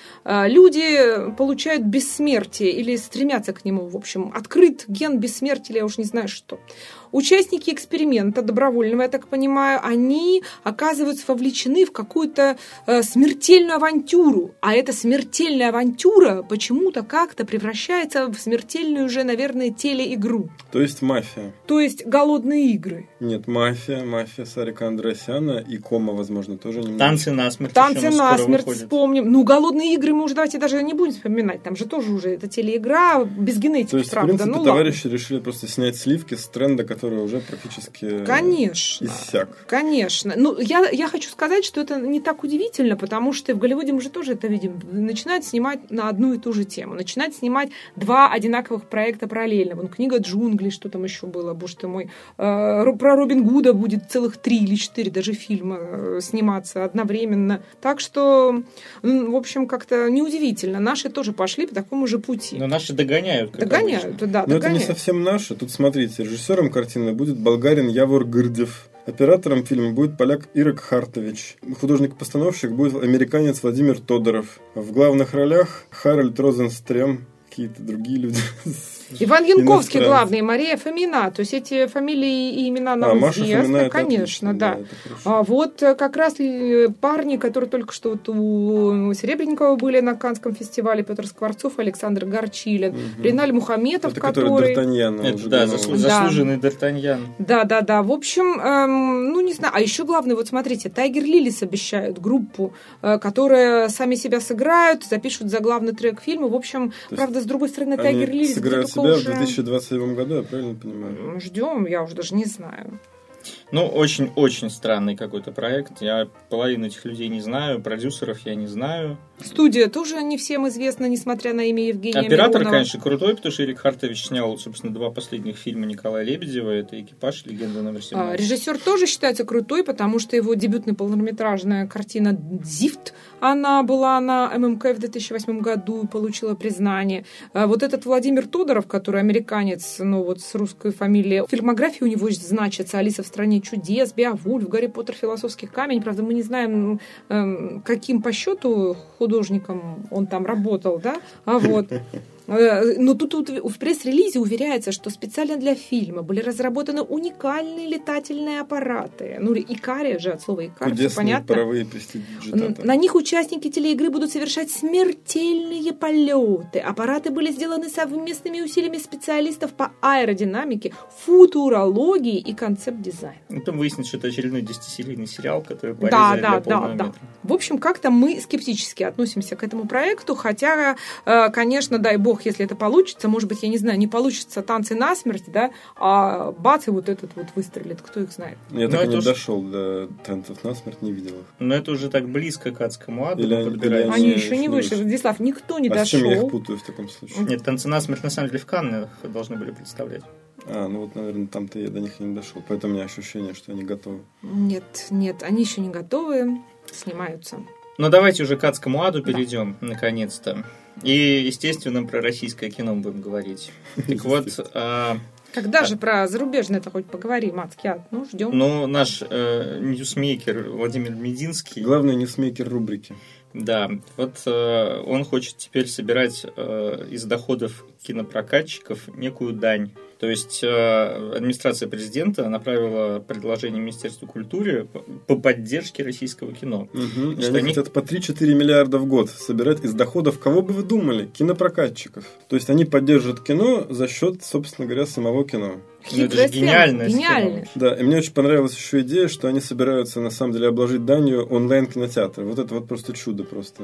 Люди получают бессмертие или стремятся к нему. В общем, открыт ген бессмертия, я уж не знаю что. Участники эксперимента добровольного, я так понимаю, они оказываются вовлечены в какую-то смертельную авантюру. А эта смертельная авантюра почему-то как-то превращается в смертельную уже, наверное, телеигру. То есть мафия. То есть голодные игры. Нет, мафия Сарика Андреасяна и Кома, возможно, тоже немного. Танцы насмерть. Танцы насмерть вспомним. Ну, голодные игры мы уже давайте даже не будем вспоминать. Там же тоже уже это телеигра без генетики, то есть, правда. в принципе, товарищи решили просто снять сливки с тренда, который уже практически иссяк. Конечно. Ну, я хочу сказать, что это не так удивительно, потому что в Голливуде мы же тоже это видим. Начинают снимать на одну и ту же тему. Начинают снимать два одинаковых проекта параллельно. Вон «Книга джунглей», что там еще было, боже ты мой. Про Робин Гуда будет целых 3 или 4 даже фильма сниматься одновременно. Так что, в общем, как-то неудивительно. Наши тоже пошли по такому же пути. Но наши догоняют. Догоняют. Но это не совсем наши. Тут, смотрите, режиссером картины будет болгарин Явор Гырдев. Оператором фильма будет поляк Ирек Хартович. Художник-постановщик будет американец Владимир Тодоров. В главных ролях Харальд Розенстрем, какие-то другие люди. Иван Янковский главный, Мария Фомина. То есть эти фамилии и имена нам известны, конечно, да. А вот как раз парни, которые только что вот у Серебренникова были на Каннском фестивале, Петр Скворцов, Александр Горчилин, Риналь Мухаметов, это который Д'Артаньян. Это, да, заслуженный Д'Артаньян. Да. В общем, не знаю. А еще главное, вот смотрите, Тайгер Лилис обещают группу, которая сами себя сыграют, запишут заглавный трек фильма. В общем, правда, с другой стороны, Тайгер Лилис сыграют себя в 2027 году, я правильно понимаю? Ждем, я уже даже не знаю. Ну, очень-очень странный какой-то проект. Я половину этих людей не знаю, продюсеров я не знаю. Студия тоже не всем известна, несмотря на имя Евгения Оператор, Миронова. конечно, крутой, потому что Ирек Хартович снял, собственно, 2 последних фильма Николая Лебедева. Это «Экипаж», «Легенда номер 17». Режиссер тоже считается крутой, потому что его дебютная полнометражная картина «Зифт», она была на ММК в 2008 году и получила признание. Вот этот Владимир Тодоров, который американец, с русской фамилией, в фильмографии у него значится «Алиса в стране чудес», «Беовульф», «Гарри Поттер. Философский камень». Правда, мы не знаем, каким по счету художником он там работал, да? Но тут в пресс-релизе уверяется, что специально для фильма были разработаны уникальные летательные аппараты. Икария же, от слова Икар, все понятно. Паровые престидижитаты. На них участники телеигры будут совершать смертельные полеты. Аппараты были сделаны совместными усилиями специалистов по аэродинамике, футурологии и концепт-дизайну. Потом выяснится, что это очередной 10-серийный сериал, который порезали для полного метра. В общем, как-то мы скептически относимся к этому проекту, хотя, конечно, дай бог, если это получится, может быть, я не знаю, не получится «Танцы насмерть», да, а бац, и вот этот вот выстрелит, кто их знает. Я так и не дошел до «Танцев насмерть», не видел их. Но это уже так близко к «Адскому аду». Они еще не вышли, Владислав, никто не дошел. С чем я их путаю в таком случае? Нет, «Танцы насмерть» на самом деле в Каннах должны были представлять. Наверное, там-то я до них и не дошел, поэтому у меня ощущение, что они готовы. Нет, они еще не готовы, снимаются. Ну, давайте уже к «Адскому аду» перейдем, наконец-то. И, естественно, про российское кино будем говорить. Так вот, Когда же про зарубежное-то хоть поговорим, Ацкиат? Ну, ждем. Ну, наш ньюсмейкер Владимир Мединский... Главный ньюсмейкер рубрики. Да, вот он хочет теперь собирать из доходов кинопрокатчиков некую дань. То есть администрация президента направила предложение Министерству культуры по поддержке российского кино. Угу. И они хотят по 3-4 миллиарда в год собирать из доходов, кого бы вы думали, кинопрокатчиков. То есть они поддержат кино за счет, собственно говоря, самого кино. Ну, это же гениальная схема. Да, и мне очень понравилась еще идея, что они собираются на самом деле обложить данью онлайн-кинотеатры. Вот это вот просто чудо просто.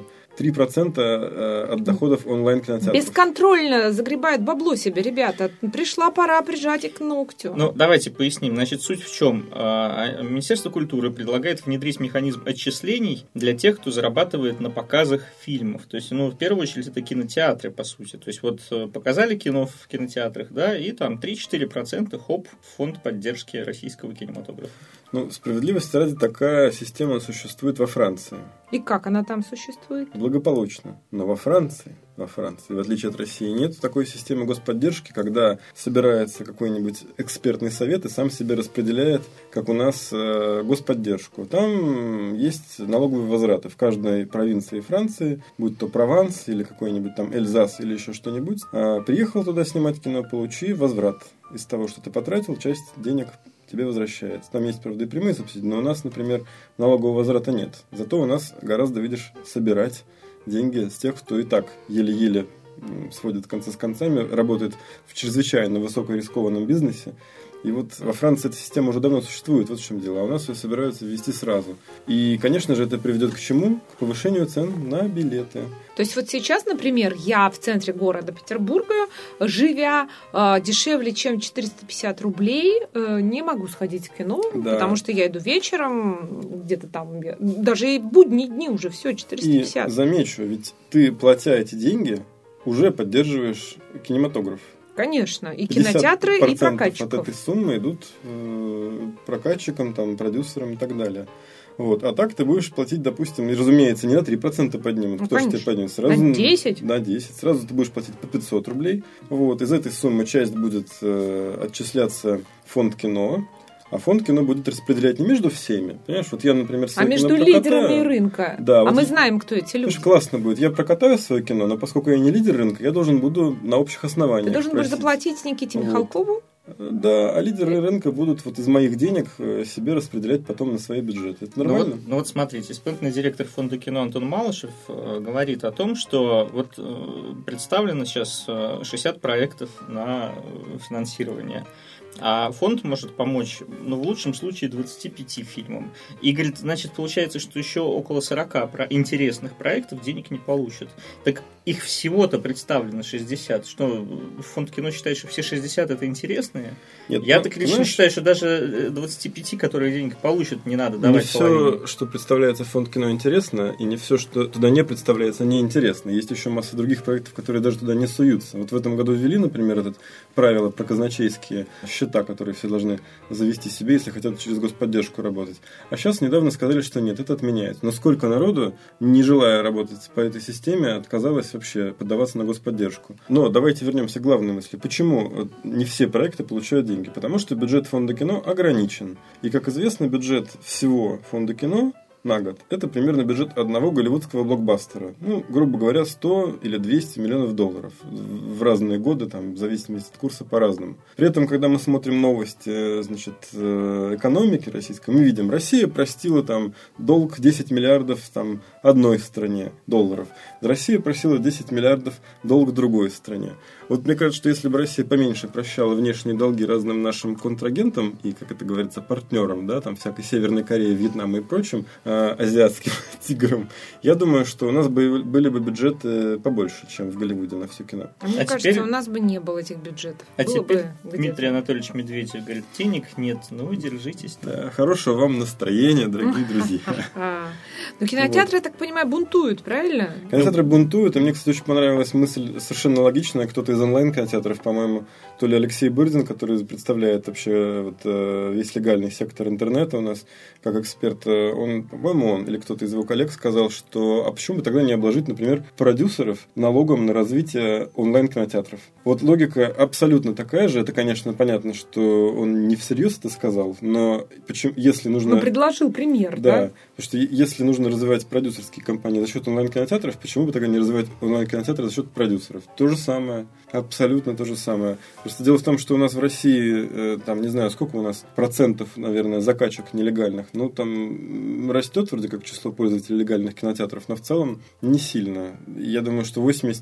3% от доходов онлайн-кинотеатров. Бесконтрольно загребает бабло себе, ребята. Пришла пора прижать их к ногтю. Ну, давайте поясним. Значит, суть в чем? Министерство культуры предлагает внедрить механизм отчислений для тех, кто зарабатывает на показах фильмов. То есть, ну, в первую очередь, это кинотеатры, по сути. То есть, вот показали кино в кинотеатрах, да, и там 3-4% хоп, фонд поддержки российского кинематографа. Ну, справедливости ради, такая система существует во Франции. И как она там существует? Благополучно. Но во Франции, в отличие от России, нет такой системы господдержки, когда собирается какой-нибудь экспертный совет и сам себе распределяет, как у нас, господдержку. Там есть налоговые возвраты в каждой провинции Франции, будь то Прованс или какой-нибудь там Эльзас или еще что-нибудь. Приехал туда снимать кино, получи возврат. Из того, что ты потратил, часть денег тебе возвращается. Там есть, правда, и прямые субсидии, но у нас, например, налогового возврата нет. Зато у нас гораздо, видишь, собирать деньги с тех, кто и так еле-еле сводит концы с концами, работает в чрезвычайно высокорискованном бизнесе. И вот во Франции эта система уже давно существует, вот в чем дело. А у нас ее собираются ввести сразу. И, конечно же, это приведет к чему? К повышению цен на билеты. То есть вот сейчас, например, я в центре города Петербурга, живя дешевле, чем 450 рублей, не могу сходить в кино, да. Потому что я иду вечером, где-то там, даже и будние дни уже все, 450. И замечу, ведь ты, платя эти деньги, уже поддерживаешь кинематограф. Конечно, и кинотеатры, и прокатчиков. От этой суммы идут прокатчикам, там, продюсерам и так далее. Вот. А так ты будешь платить, допустим, и, разумеется, не на 3% поднимут. Ну, кто же тебе поднимет? Сразу, на 10? На 10. Сразу ты будешь платить по 500 рублей. Вот. Из этой суммы часть будет отчисляться в фонд кино. А фонд кино будет распределять не между всеми. Понимаешь, вот я, например, свое кино прокатаю. Лидерами рынка. Да, вот мы знаем, кто эти люди. Классно будет. Я прокатаю свое кино, но поскольку я не лидер рынка, я должен буду на общих основаниях. Ты должен будешь заплатить Никите Михалкову? Да, а лидеры рынка будут вот из моих денег себе распределять потом на свои бюджеты. Это нормально? Ну вот смотрите, исполнительный директор фонда кино Антон Малышев говорит о том, что вот представлено сейчас 60 проектов на финансирование. А фонд может помочь, ну, в лучшем случае, 25 фильмам. И, говорит, значит, получается, что еще около 40 интересных проектов денег не получат. Так их всего-то представлено 60. Что, фонд кино считает, что все 60 это интересные? Нет, я так лично считаю, что даже 25, которые денег получат, не надо давать половину. Не все, что представляется в фонд кино, интересно, и не все, что туда не представляется, неинтересно. Есть еще масса других проектов, которые даже туда не суются. Вот в этом году ввели, например, это правило про казначейские счета, которые все должны завести себе, если хотят через господдержку работать. А сейчас недавно сказали, что нет, это отменяется. Но сколько народу, не желая работать по этой системе, отказалось вообще поддаваться на господдержку. Но давайте вернемся к главной мысли. Почему не все проекты получают деньги? Потому что бюджет фонда кино ограничен. И, как известно, бюджет всего фонда кино на год — это примерно бюджет одного голливудского блокбастера. Ну, грубо говоря, 100 или 200 миллионов долларов. В разные годы, там, в зависимости от курса, по-разному. При этом, когда мы смотрим новости, значит, экономики российской, мы видим, Россия простила там долг 10 миллиардов там, одной стране долларов. Россия просила 10 миллиардов долг другой стране. Вот мне кажется, что если бы Россия поменьше прощала внешние долги разным нашим контрагентам и, как это говорится, партнерам, да, там всякой Северной Корее, Вьетнама и прочим азиатским тиграм, я думаю, что у нас были бы бюджеты побольше, чем в Голливуде на все кино. Мне кажется, теперь у нас бы не было этих бюджетов. А было теперь бы Дмитрий Анатольевич Медведев говорит, денег нет, ну вы держитесь. Да, хорошего вам настроения, дорогие друзья. Но кинотеатры, я так понимаю, бунтуют, правильно? Кинотеатры бунтуют, и мне, кстати, очень понравилась мысль совершенно логичная. Кто-то из онлайн-кинотеатров, по-моему, то ли Алексей Бырдин, который представляет вообще вот, весь легальный сектор интернета у нас, как эксперт, он по-моему, он или кто-то из его коллег сказал, что а почему бы тогда не обложить, например, продюсеров налогом на развитие онлайн-кинотеатров? Вот логика абсолютно такая же. Это, конечно, понятно, что он не всерьез это сказал, но почему, если нужно... Ну, предложил пример, да? Потому что если нужно развивать продюсерские компании за счет онлайн-кинотеатров, почему бы тогда не развивать онлайн-кинотеатры за счет продюсеров? То же самое. Абсолютно то же самое. Просто дело в том, что у нас в России, там, не знаю, сколько у нас процентов, наверное, закачек нелегальных. Ну, там растет вроде как число пользователей легальных кинотеатров, но в целом не сильно. Я думаю, что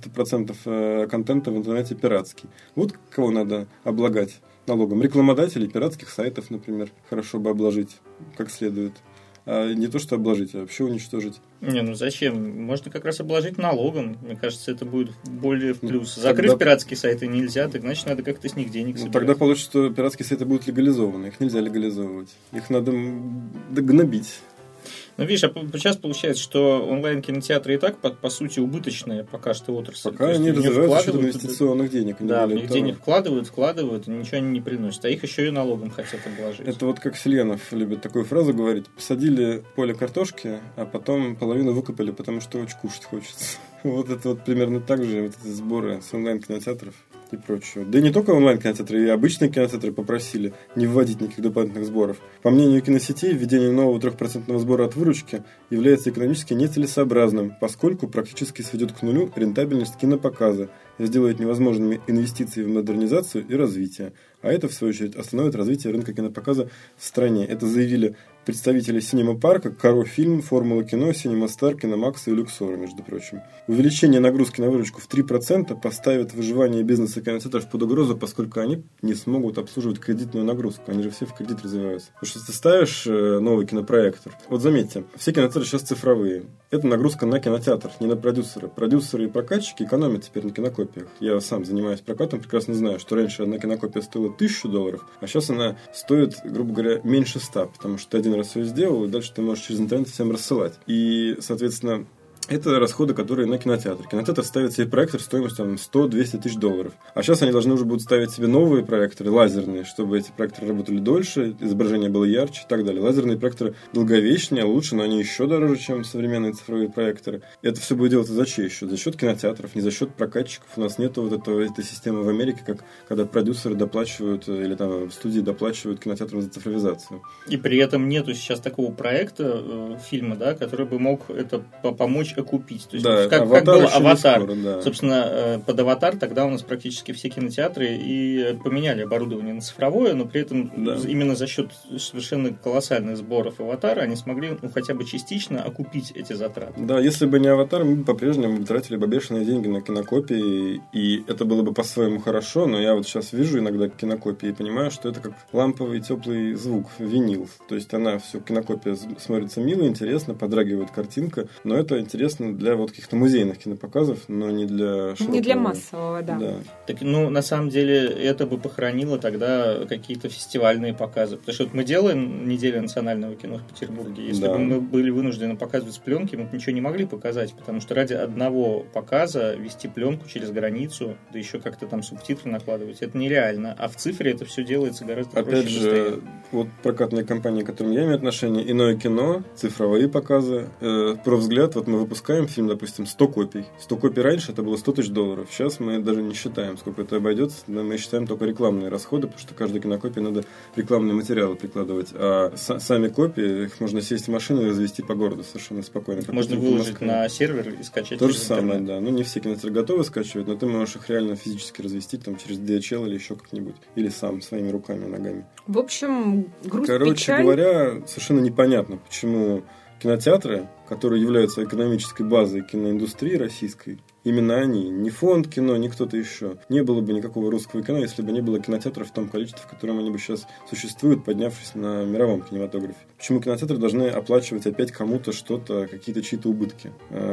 80% контента в интернете пиратский. Вот кого надо облагать налогом. Рекламодателей пиратских сайтов, например, хорошо бы обложить как следует. А не то, что обложить, а вообще уничтожить. Не, ну зачем? Можно как раз обложить налогом. Мне кажется, это будет более в плюс. Закрыть пиратские сайты нельзя, так значит, надо как-то с них денег собирать. Тогда получится, что пиратские сайты будут легализованы. Их нельзя легализовывать. Их надо гнобить. Ну, видишь, сейчас получается, что онлайн-кинотеатры и так, по сути, убыточные пока что отрасль. Пока они развиваются за счет инвестиционных денег. Да, в них денег вкладывают, и ничего они не приносят. А их еще и налогом хотят обложить. Это вот как Селенов любит такую фразу говорить. Посадили поле картошки, а потом половину выкопали, потому что очень кушать хочется. Вот это вот примерно так же, вот эти сборы с онлайн-кинотеатров и прочего. Да и не только онлайн-кинотеатры, и обычные кинотеатры попросили не вводить никаких дополнительных сборов. По мнению киносетей, введение нового 3% сбора от выручки является экономически нецелесообразным, поскольку практически сведет к нулю рентабельность кинопоказа и сделает невозможными инвестиции в модернизацию и развитие. А это, в свою очередь, остановит развитие рынка кинопоказа в стране. Это заявили представители Cinema Парка, Каро Фильм, Формула Кино, Cinema Star, Киномакса и Люксора, между прочим. Увеличение нагрузки на выручку в 3% поставит выживание бизнеса кинотеатров под угрозу, поскольку они не смогут обслуживать кредитную нагрузку. Они же все в кредит развиваются. Потому что ты ставишь новый кинопроектор. Вот заметьте, все кинотеатры сейчас цифровые. Это нагрузка на кинотеатр, не на продюсера. Продюсеры и прокатчики экономят теперь на кинокопиях. Я сам занимаюсь прокатом, прекрасно знаю, что раньше одна кинокопия стоила $1000, а сейчас она стоит, грубо говоря, меньше 100, потому что ты один раз все сделал, и дальше ты можешь через интернет всем рассылать. И, соответственно, это расходы, которые на кинотеатр. Кинотеатр ставит себе проектор стоимостью $100-200 тысяч. А сейчас они должны уже будут ставить себе новые проекторы, лазерные, чтобы эти проекторы работали дольше, изображение было ярче и так далее. Лазерные проекторы долговечнее, лучше, но они еще дороже, чем современные цифровые проекторы. И это все будет делаться за чей счет? За счет кинотеатров, не за счет прокатчиков. У нас нет вот этой системы в Америке, как когда продюсеры доплачивают, или там студии доплачивают кинотеатрам за цифровизацию. И при этом нету сейчас такого проекта фильма, да, который бы мог это помочь окупить. То есть, да, как был «Аватар». Скоро, да. Собственно, под «Аватар» тогда у нас практически все кинотеатры и поменяли оборудование на цифровое, но при этом именно за счет совершенно колоссальных сборов «Аватара» они смогли хотя бы частично окупить эти затраты. Да, если бы не «Аватар», мы бы по-прежнему тратили бы бешеные деньги на кинокопии, и это было бы по-своему хорошо, но я вот сейчас вижу иногда кинокопии и понимаю, что это как ламповый теплый звук, винил. То есть она все, кинокопия смотрится мило, интересно, подрагивает картинка, но это интересно для вот каких-то музейных кинопоказов, но не для широкого. Не для массового, да. Так, на самом деле, это бы похоронило тогда какие-то фестивальные показы. Потому что вот мы делаем неделю национального кино в Петербурге. Если бы мы были вынуждены показывать с пленки, мы бы ничего не могли показать, потому что ради одного показа вести пленку через границу, да еще как-то там субтитры накладывать, это нереально. А в цифре это все делается гораздо проще. Опять же, вот прокатные компании, к которым я имею отношение, Иное кино, цифровые показы, про взгляд, вот мы выпускаем фильм, допустим, 100 копий. 100 копий раньше это было $100 000. Сейчас мы даже не считаем, сколько это обойдется. Мы считаем только рекламные расходы, потому что каждой кинокопии надо рекламные материалы прикладывать. А сами копии, их можно сесть в машину и развести по городу совершенно спокойно. Можно выложить на сервер и скачать. То же самое, да. Ну, не все кинотеатры готовы скачивать, но ты можешь их реально физически развести там через DHL или еще как-нибудь. Или сам, своими руками и ногами. В общем, грусть, короче говоря, совершенно непонятно, почему кинотеатры, которые являются экономической базой киноиндустрии российской, именно они, не фонд кино, не кто-то еще. Не было бы никакого русского кино, если бы не было кинотеатров в том количестве, в котором они бы сейчас существуют, поднявшись на мировом кинематографе. Почему кинотеатры должны оплачивать опять кому-то что-то, какие-то чьи-то убытки?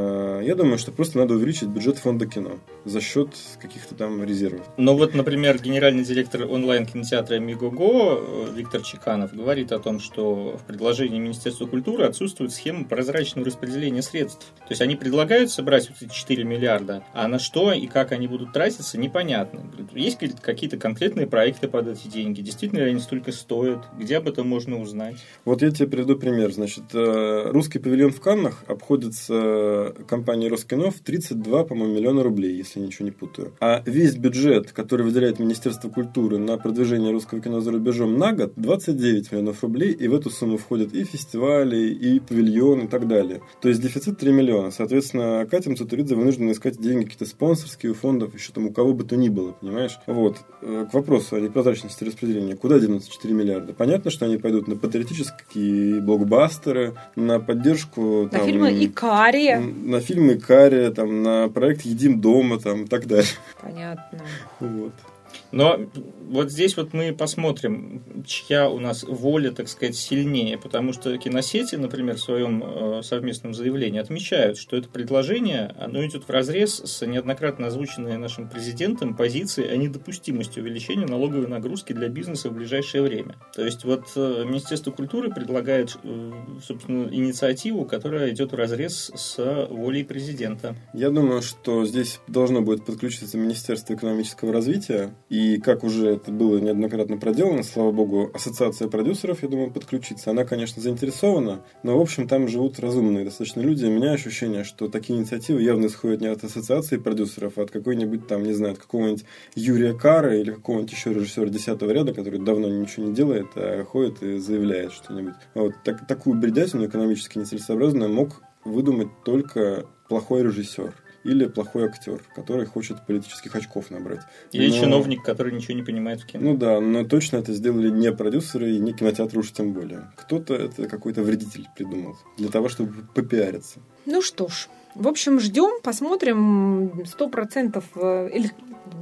Я думаю, что просто надо увеличить бюджет фонда кино за счет каких-то там резервов. Но вот, например, генеральный директор онлайн-кинотеатра Мегого Виктор Чеканов говорит о том, что в предложении Министерства культуры отсутствует схема прозрачного распределения средств. То есть они предлагают собрать вот эти 4 миллиарда, миллиарда. А на что и как они будут тратиться, непонятно. Есть какие-то конкретные проекты под эти деньги? Действительно ли они столько стоят? Где об этом можно узнать? Вот я тебе приведу пример. Значит, русский павильон в Каннах обходится компанией Роскино в 32, по-моему, миллиона рублей, если ничего не путаю. А весь бюджет, который выделяет Министерство культуры на продвижение русского кино за рубежом на год, 29 миллионов рублей, и в эту сумму входят и фестивали, и павильон, и так далее. То есть дефицит 3 миллиона. Соответственно, Катя Мцатуридзе вынуждена искать деньги какие-то спонсорские у фондов, еще там у кого бы то ни было, понимаешь? Вот. К вопросу о непрозрачности распределения. Куда денутся 4 миллиарда? Понятно, что они пойдут на патриотические блокбастеры, на поддержку... На фильмы «Икария». На фильмы «Икария», там, на проект «Едим дома», там, и так далее. Понятно. Вот. Но вот здесь вот мы посмотрим, чья у нас воля, так сказать, сильнее. Потому что киносети, например, в своем совместном заявлении отмечают, что это предложение, оно идет вразрез с неоднократно озвученной нашим президентом позицией о недопустимости увеличения налоговой нагрузки для бизнеса в ближайшее время. То есть вот Министерство культуры предлагает, собственно, инициативу, которая идет вразрез с волей президента. Я думаю, что здесь должно будет подключиться Министерство экономического развития. И как уже это было неоднократно проделано, слава богу, ассоциация продюсеров, я думаю, подключится. Она, конечно, заинтересована, но, в общем, там живут разумные достаточно люди. У меня ощущение, что такие инициативы явно исходят не от ассоциации продюсеров, а от какой-нибудь там, не знаю, от какого-нибудь Юрия Кара или какого-нибудь еще режиссера 10-го ряда, который давно ничего не делает, а ходит и заявляет что-нибудь. Вот такую бредятину экономически нецелесообразную мог выдумать только плохой режиссер. Или плохой актер, который хочет политических очков набрать. Или чиновник, который ничего не понимает в кино. Ну да, но точно это сделали не продюсеры и не кинотеатры уж тем более. Кто-то это какой-то вредитель придумал для того, чтобы попиариться. Ну что ж, в общем, ждем, посмотрим. 100% или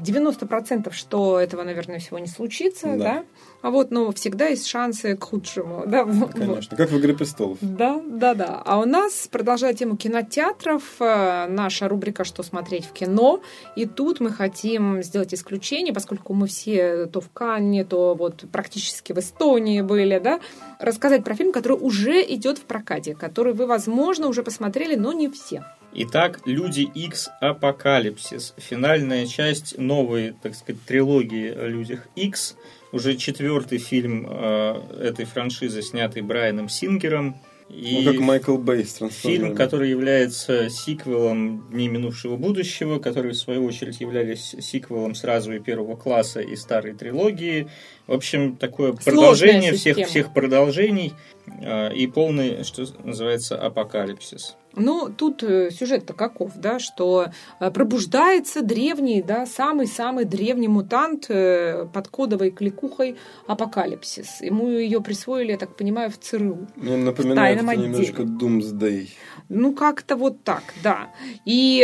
90%, что этого, наверное, всего не случится, да? А вот, но всегда есть шансы к худшему. Да? Конечно, как в «Игре престолов». Да. А у нас, продолжая тему кинотеатров, наша рубрика «Что смотреть в кино». И тут мы хотим сделать исключение, поскольку мы все то в Канне, то вот практически в Эстонии были, да, рассказать про фильм, который уже идет в прокате, который вы, возможно, уже посмотрели, но не все. Итак, «Люди Икс. Апокалипсис». Финальная часть новой, так сказать, трилогии о Людях Икс. Уже 4-й фильм этой франшизы, снятый Брайаном Сингером. И как Майкл Бэй с «Трансформерами». Фильм, который является сиквелом «Дней минувшего будущего», которые, в свою очередь, являлись сиквелом сразу и первого класса, и старой трилогии. В общем, такое продолжение всех продолжений и полный, что называется, апокалипсис. Ну, тут сюжет-то каков, да, что пробуждается древний, да, самый-самый древний мутант под кодовой кликухой Апокалипсис. Ему ее присвоили, я так понимаю, в ЦРУ. Мне напоминает это немножко Doomsday. Ну, как-то вот так, да. И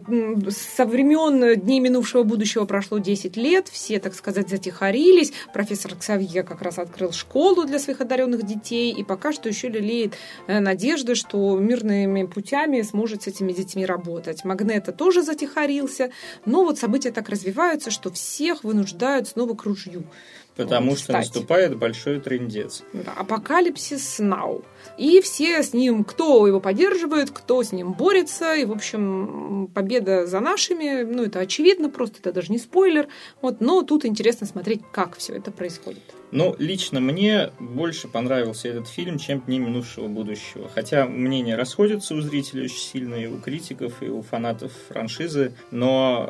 со времен Дней минувшего будущего прошло 10 лет, все, так сказать, затихарились. Профессор Ксавье как раз открыл школу для своих одаренных детей, и пока что еще лелеет надежда, что мирными путями сможет с этими детьми работать. Магнето тоже затихарился, но вот события так развиваются, что всех вынуждают снова к ружью. Потому что наступает большой трындец. Да, апокалипсис now. И все с ним, кто его поддерживает, кто с ним борется. И, в общем, победа за нашими. Ну, это очевидно, просто это даже не спойлер. Вот, но тут интересно смотреть, как все это происходит. Ну, лично мне больше понравился этот фильм, чем «Дни минувшего будущего». Хотя мнения расходятся у зрителей очень сильно, и у критиков, и у фанатов франшизы. Но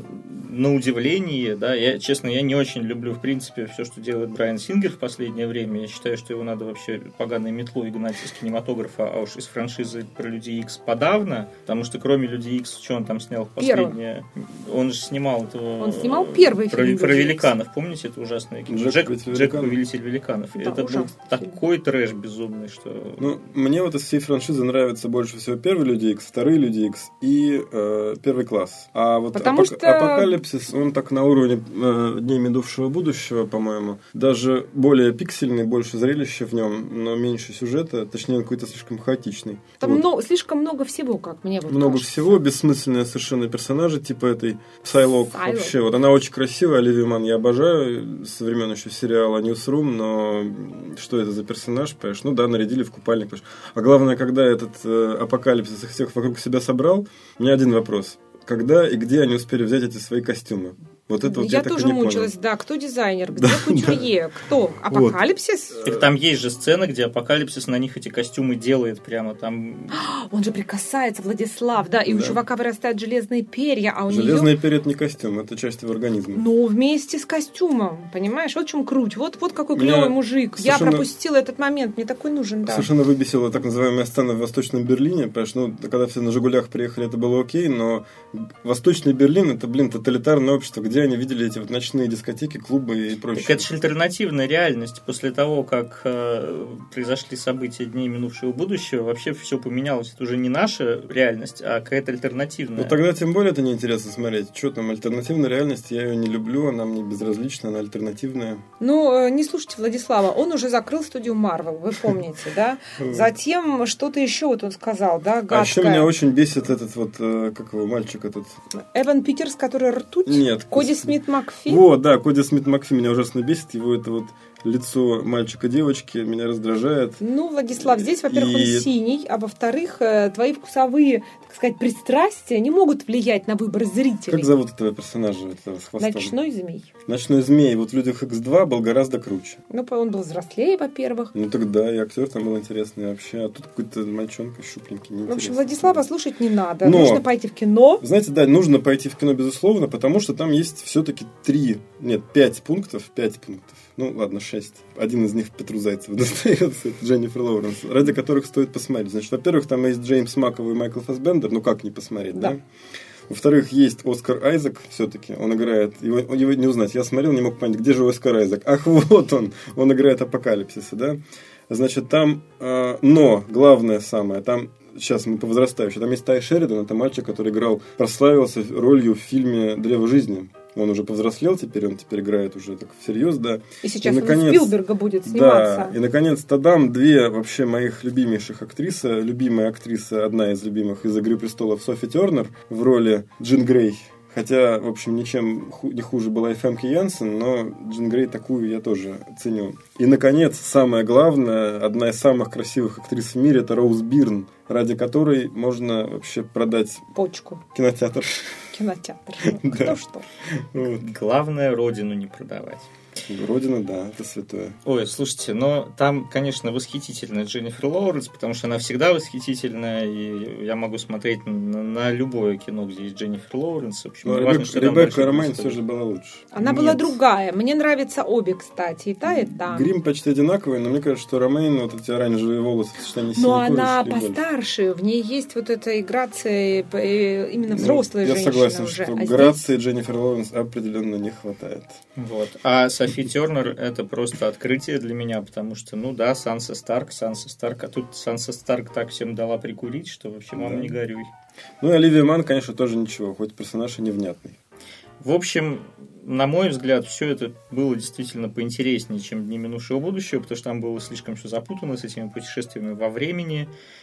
на удивление, да, я не очень люблю, в принципе, все, что делает Брайан Сингер в последнее время. Я считаю, что его надо вообще поганой метлой гнать из кинематографа, а уж из франшизы про Люди Икс подавно. Потому что кроме Люди Икс, что он там снял в последнее? Он же снимал этого... Он снимал первый фильм про великанов. Помните, это ужасное кино? Джек Повелитель великанов. Да, это был такой трэш безумный, что... Ну, мне вот из всей франшизы нравится больше всего первый Люди Икс, второй Люди Икс и первый класс. А вот Апокалипсис, он так на уровне Дней минувшего будущего, по-моему. Даже более пиксельный, больше зрелища в нем, но меньше сюжета. Точнее, он какой-то слишком хаотичный. Там слишком много всего, как мне вот много кажется. всего, бессмысленные совершенно персонажи, типа этой Psylocke. Вообще, вот она очень красивая, Оливия Манн я обожаю, со времен еще сериала Newsroom, но что это за персонаж, понимаешь? Ну да, нарядили в купальник. А главное, когда этот апокалипсис их всех вокруг себя собрал, у меня один вопрос. когда и где они успели взять эти свои костюмы. Вот это вот я так тоже и не мучилась, понял. да, кто дизайнер, где кутюрье, кто? Апокалипсис? Так там есть же сцена, где Апокалипсис на них эти костюмы делает прямо там. Он же прикасается, Владислав, да, и у чувака вырастают железные перья, а у Железные нее... перья – это не костюм, это часть его организма. Ну, вместе с костюмом, понимаешь? Вот в чем круть. Вот какой Меня клевый мужик. Я совершенно- пропустила этот момент, мне такой нужен, да. Совершенно выбесила так называемая сцена в Восточном Берлине, потому что, ну, когда все на «Жигулях» приехали, это было окей, но Восточный Берлин – это, тоталитарное общество, где они видели эти вот ночные дискотеки, клубы и прочее. Так это же альтернативная реальность. После того, как произошли события дней минувшего будущего, вообще все поменялось. Это уже не наша реальность, а какая-то альтернативная. Ну тогда тем более это неинтересно смотреть. Что там, альтернативная реальность, я ее не люблю, она мне безразлична, она альтернативная. Ну, не слушайте Владислава, он уже закрыл студию Marvel, вы помните, да? Затем что-то еще вот он сказал, да, гадкое. А еще меня очень бесит этот вот, как его, мальчик этот. Эван Питерс, который ртуть? Нет. Коди Смит Макфи? Вот, да, Коди Смит Макфи меня ужасно бесит, его это вот лицо мальчика-девочки меня раздражает. Ну, Владислав, здесь, во-первых, он синий, а во-вторых, твои вкусовые, так сказать, пристрастия не могут влиять на выбор зрителей. Как зовут этого персонажа, этого с хвостом? Ночной змей. Ночной змей. Вот в «Людях Х2» был гораздо круче. Ну, он был взрослее, во-первых. Ну тогда и актер там был интересный вообще, а тут какой-то мальчонка щупленький, неинтересный. В общем, Владислава слушать не надо. Но, нужно пойти в кино. Знаете, да, нужно пойти в кино, безусловно, потому что там есть все-таки 5 пунктов. Ну, ладно, 6. Один из них Петру Зайцеву достается, это Дженнифер Лоуренс, ради которых стоит посмотреть. Значит, во-первых, там есть Джеймс Макэвой и Майкл Фассбендер, ну как не посмотреть, да? Во-вторых, есть Оскар Айзек все-таки, он играет, его не узнать, я смотрел, не мог понять, где же Оскар Айзек. Ах, вот он играет Апокалипсиса, да? Значит, там, но главное самое, там, сейчас мы по возрастающей, там есть Тай Шеридан, это мальчик, который прославился ролью в фильме «Древо жизни». Он уже повзрослел теперь, он теперь играет уже так всерьез, да. И сейчас он у Спилберга будет сниматься. Да, и наконец-то дам две вообще моих любимейших актрисы. Любимая актриса, одна из любимых из «Игры престолов» Софи Тернер в роли Джин Грей. Хотя, в общем, ничем не хуже была и Фемке Янсен, но Джин Грей такую я тоже ценю. И, наконец, самое главное, одна из самых красивых актрис в мире – это Роуз Бирн, ради которой можно вообще продать... Почку. Кинотеатр. Кто что. Главное, родину не продавать. Родина, да, это святое. Ой, слушайте, но там, конечно, восхитительная Дженнифер Лоуренс, потому что она всегда восхитительная, и я могу смотреть на любое кино, где есть Дженнифер Лоуренс. В общем, важно, что Ребекка Ромайн все же была лучше. Она была другая. Мне нравятся обе, кстати, и та, и та. Грим почти одинаковый, но мне кажется, что Ромайн, вот эти оранжевые волосы в сочетании с синей кожей. Но она больше. постарше, в ней есть вот эта грация именно взрослой женщины. Я согласен, уже. что грации Дженнифер Лоуренс определенно не хватает. Вот. А Софи Тернер — это просто открытие для меня, потому что, ну да, Санса Старк, а тут Санса Старк так всем дала прикурить, что вообще, мама, не горюй. Ну и Оливия Манн, конечно, тоже ничего, хоть персонаж и невнятный. В общем, на мой взгляд, все это было действительно поинтереснее, чем «Дни минувшего будущего», потому что там было слишком все запутано с этими путешествиями во времени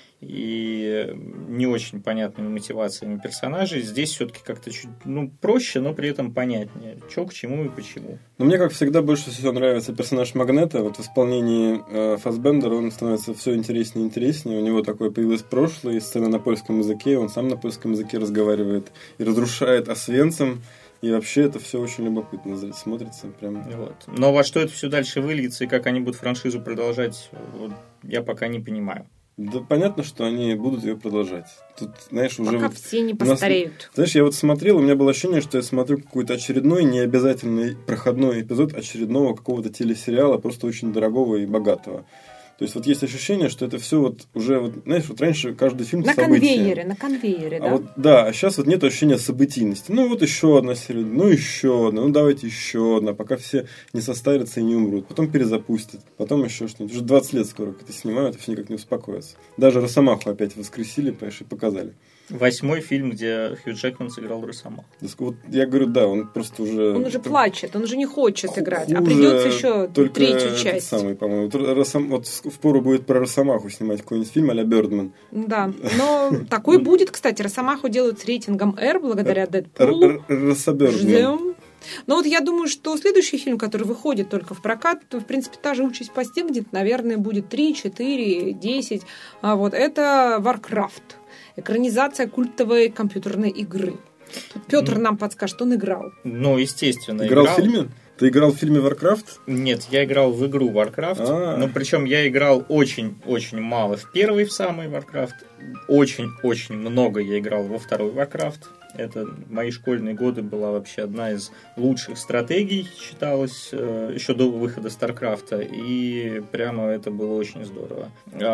и не очень понятными мотивациями персонажей. Здесь все-таки как-то чуть проще, но при этом понятнее, что к чему и почему. Но мне, как всегда, больше всего нравится персонаж Магнета. Вот в исполнении Фассбендера он становится все интереснее и интереснее. У него такое появилось прошлое, сцена на польском языке, он сам на польском языке разговаривает и разрушает Освенцим. И вообще это все очень любопытно смотрится. Прям. Вот. Но во что это все дальше выльется и как они будут франшизу продолжать, вот, я пока не понимаю. Да понятно, что они будут ее продолжать. Тут, знаешь, уже пока вот все не постареют. Знаешь, я вот смотрел, у меня было ощущение, что я смотрю какой-то очередной, необязательный проходной эпизод очередного какого-то телесериала, просто очень дорогого и богатого. То есть вот есть ощущение, что это все вот уже, вот, знаешь, вот раньше каждый фильм на событие. На конвейере, да? А сейчас вот нет ощущения событийности. Ну вот еще одна серия, ну еще одна, ну давайте еще одна, пока все не состарятся и не умрут. Потом перезапустят, потом еще что-нибудь. Уже 20 лет скоро это снимают, и все никак не успокоятся. Даже Росомаху опять воскресили, понимаешь, и показали. 8-й фильм, где Хью Джекман сыграл Росомаху. Вот я говорю, да, он просто уже... Он уже плачет, он уже не хочет играть, а придется еще третью часть. Самый, по-моему. Вот впору будет про Росомаху снимать какой-нибудь фильм а-ля Бёрдман. Да, но такой будет, кстати. Росомаху делают с рейтингом R благодаря Дэдпулу. Ждем. Но вот я думаю, что следующий фильм, который выходит только в прокат, то, в принципе, та же участь постигнет, наверное, будет 3, 4, 10. А вот это Warcraft. Экранизация культовой компьютерной игры. Петр нам подскажет, он играл. Ну, естественно, Играл в фильме? Ты играл в фильме Warcraft? Нет, я играл в игру Warcraft. Но причем я играл очень-очень мало в первый, в самый Warcraft. Очень-очень много я играл во второй Warcraft. Это в мои школьные годы была вообще одна из лучших стратегий, считалось, еще до выхода Старкрафта. И прямо это было очень здорово.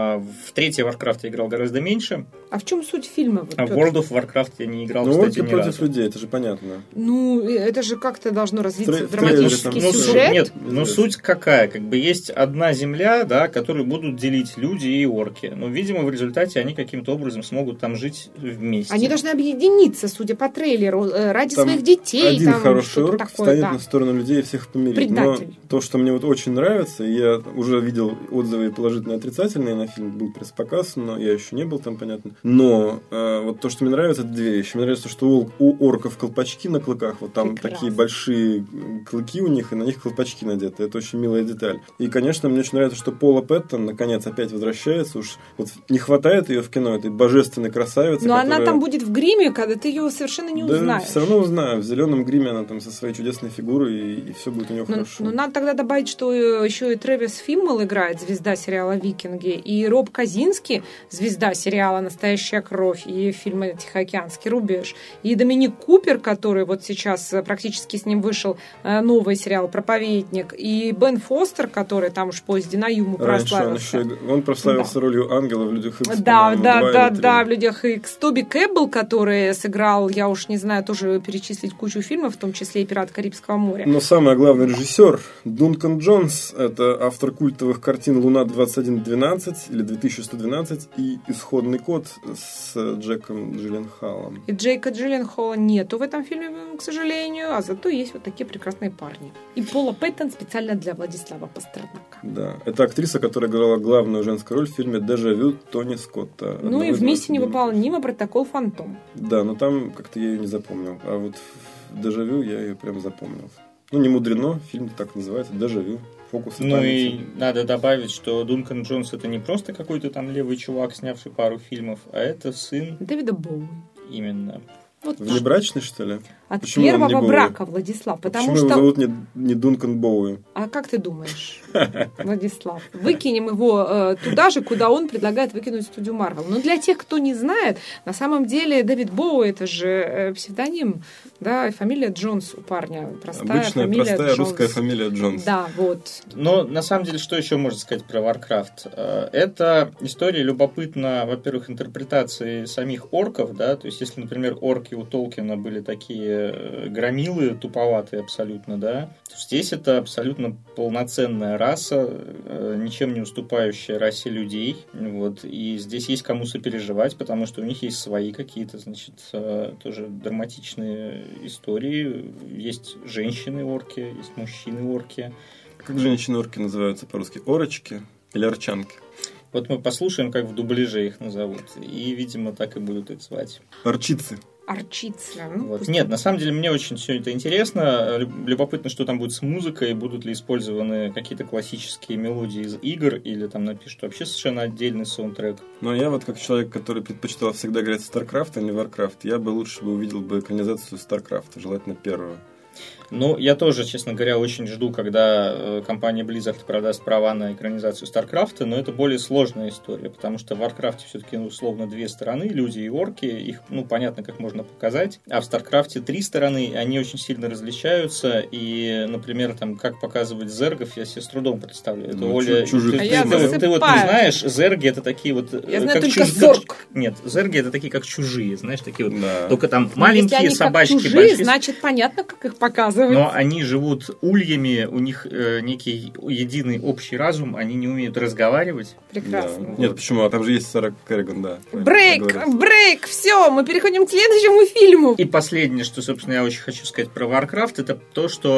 В третий Warcraft я играл гораздо меньше. А в чем суть фильма? А в World of Warcraft я не играл, кстати, ни против разу. людей, это же понятно. Ну, это же как-то должно развиться в трейлере драматический там сюжет. Нет, но суть какая? Как бы есть одна земля, да, которую будут делить люди и орки. Но, видимо, в результате они каким-то образом смогут там жить вместе. Они должны объединиться, судя по трейлеру, ради Там своих детей. Один там хороший орк такое, встанет да. на сторону людей и всех помирит. Предатель. Но то, что мне вот очень нравится, я уже видел отзывы положительные и отрицательные на фильм, был пресс-показ, но я еще не был там, понятно. Но вот то, что мне нравится, это две вещи. Мне нравится, что у орков колпачки на клыках, вот там Прекрасно. такие большие клыки у них, и на них колпачки надеты. Это очень милая деталь. И, конечно, мне очень нравится, что Пола Пэттон наконец опять возвращается. Уж вот не хватает ее в кино, этой божественной красавицы. Но которая... она там будет в гриме, когда ты ее совершенно не Да, узнаешь. все равно узнаю. В зеленом гриме она там со своей чудесной фигурой, и все будет у нее хорошо. Но надо тогда добавить, что еще и Трэвис Фиммел играет, звезда сериала «Викинги», и Роб Казинский, звезда сериала «Настоящая кровь» и фильма «Тихоокеанский рубеж», и Доминик Купер, который вот сейчас практически с ним вышел новый сериал «Проповедник», и Бен Фостер, который там уж в «Поезде на Юму» прославился. Он прославился ролью ангела в «Людях Икс». Да, в «Людях Икс». Тоби Кэббелл, который сыграл, я уж не знаю, тоже перечислить кучу фильмов, в том числе и «Пират Карибского моря». Но самый главный режиссер Дункан Джонс, это автор культовых картин «Луна-2112» или «2112» и «Исходный код» с Джеком Джилленхалом. И Джейка Джилленхола нету в этом фильме, к сожалению, а зато есть вот такие прекрасные парни. И Пола Пэттон специально для Владислава Пастернака. Да, это актриса, которая играла главную женскую роль в фильме «Дежавю» Тони Скотта. Ну и в «Миссии невыполнима» протокол «Фантом». Да, но там как-то я ее не запомнил. А вот в «Дежавю» я ее прям запомнил. Ну, не мудрено, фильм так называется «Дежавю». Фокус Ну памяти. и надо добавить, что Дункан Джонс это не просто какой-то там левый чувак, снявший пару фильмов, а это сын Дэвида Боуи. именно. Вот так. Внебрачный, что ли? От Почему он не первого Боуи? брака, Владислав. Потому Почему что... его зовут не Дункан Боуи? А как ты думаешь, Владислав? Выкинем его туда же, куда он предлагает выкинуть студию Марвел. Но для тех, кто не знает, на самом деле Дэвид Боуи это же псевдоним, да, и фамилия Джонс у парня. Простая фамилия простая Джонс. русская фамилия Джонс. Да, вот. Но на самом деле, что еще можно сказать про Warcraft? Это история любопытна, во-первых, интерпретации самих орков, да, то есть если, например, орки у Толкина были такие громилы, туповатые абсолютно, да, то здесь это абсолютно полноценная раса, ничем не уступающая расе людей, вот, и здесь есть кому сопереживать, потому что у них есть свои какие-то, значит, тоже драматичные истории, есть женщины-орки, есть мужчины-орки. Как женщины-орки называются по-русски? Орочки или орчанки? Вот мы послушаем, как в дубляже их назовут, и, видимо, так и будут их звать. Орчицы. Арчица. Ну, Вот. Нет, на самом деле мне очень все это интересно. Любопытно, что там будет с музыкой, будут ли использованы какие-то классические мелодии из игр, или там напишут вообще совершенно отдельный саундтрек. Но я вот как человек, который предпочитал всегда играть в StarCraft, а не Warcraft, я бы лучше бы увидел бы экранизацию StarCraft, желательно первую. Ну, я тоже, честно говоря, очень жду, когда компания Blizzard продаст права на экранизацию StarCraft, но это более сложная история, потому что в Warcraft все-таки, условно, две стороны, люди и орки, их, понятно, как можно показать, а в StarCraft 3 стороны, они очень сильно различаются, и, например, там, как показывать зергов, я себе с трудом представляю. Это, Оля, ты вот не знаешь, зерги это такие вот... Я знаю только зорг. Нет, зерги это такие, как чужие, знаешь, такие вот, да. Только там маленькие собачки, как чужие, большие... значит, понятно, как их показывать. Но они живут ульями, у них некий единый общий разум, они не умеют разговаривать. Прекрасно. Да. Нет, почему? А там же есть Сара Керриган, да. Брейк, все, мы переходим к следующему фильму. И последнее, что, собственно, я очень хочу сказать про Warcraft, это то, что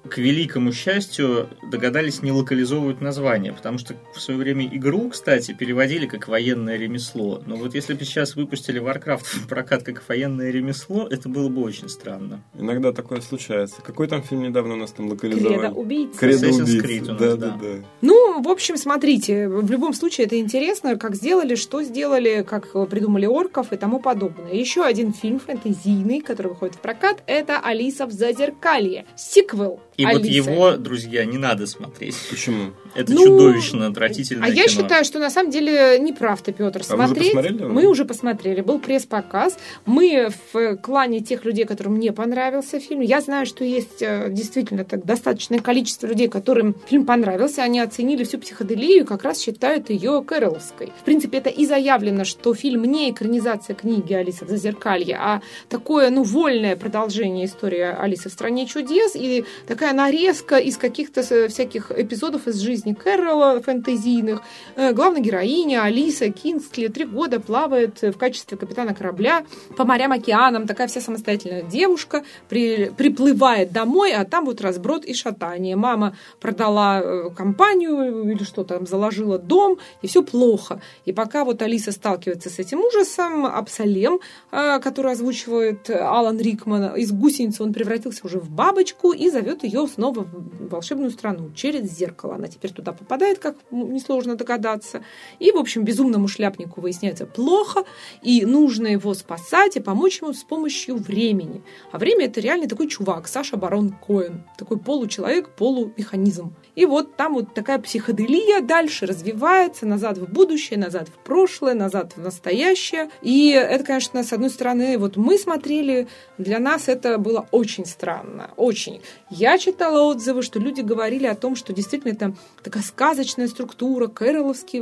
к великому счастью, догадались не локализовывать название, потому что в свое время игру, кстати, переводили как «военное ремесло». Но вот если бы сейчас выпустили Warcraft в прокат как «военное ремесло», это было бы очень странно. Иногда такое случается. Какой там фильм недавно у нас там локализовали? «Кредо убийц». «Кредо Assassin's убийц». Creed у нас, да. Ну, в общем, смотрите, в любом случае это интересно, как сделали, что сделали, как придумали орков и тому подобное. Еще один фильм фэнтезийный, который выходит в прокат, это «Алиса в Зазеркалье». Сиквел И Алисы. вот его, друзья, не надо смотреть. Почему? Это чудовищно отвратительное кино. Я считаю, что на самом деле не прав ты, Петр, смотреть. Вы уже посмотрели? Мы уже посмотрели. Был пресс-показ. Мы в клане тех людей, которым не понравился фильм. Я знаю, что есть действительно так достаточное количество людей, которым фильм понравился. Они оценили всю психоделию и как раз считают ее кэроловской. В принципе, это и заявлено, что фильм не экранизация книги «Алиса в Зазеркалье», а такое, вольное продолжение истории «Алисы в стране чудес» и такая нарезка из каких-то всяких эпизодов из жизни Кэрролла фэнтезийных. Главная героиня Алиса Кингсли 3 года плавает в качестве капитана корабля по морям, океанам. Такая вся самостоятельная девушка приплывает домой, а там вот разброд и шатание. Мама продала компанию или что там, заложила дом, и все плохо. И пока вот Алиса сталкивается с этим ужасом, Абсалем, который озвучивает Алан Рикман, из гусеницы он превратился уже в бабочку и зовет ее снова в волшебную страну через зеркало. Она теперь туда попадает, как несложно догадаться. И, в общем, безумному шляпнику выясняется плохо, и нужно его спасать и помочь ему с помощью времени. А время — это реально такой чувак, Саша Барон Коэн. Такой получеловек, полумеханизм. И вот там вот такая психоделия дальше развивается, назад в будущее, назад в прошлое, назад в настоящее. И это, конечно, с одной стороны, вот мы смотрели, для нас это было очень странно, очень. Я читала отзывы, что люди говорили о том, что действительно это такая сказочная структура, кэрролловские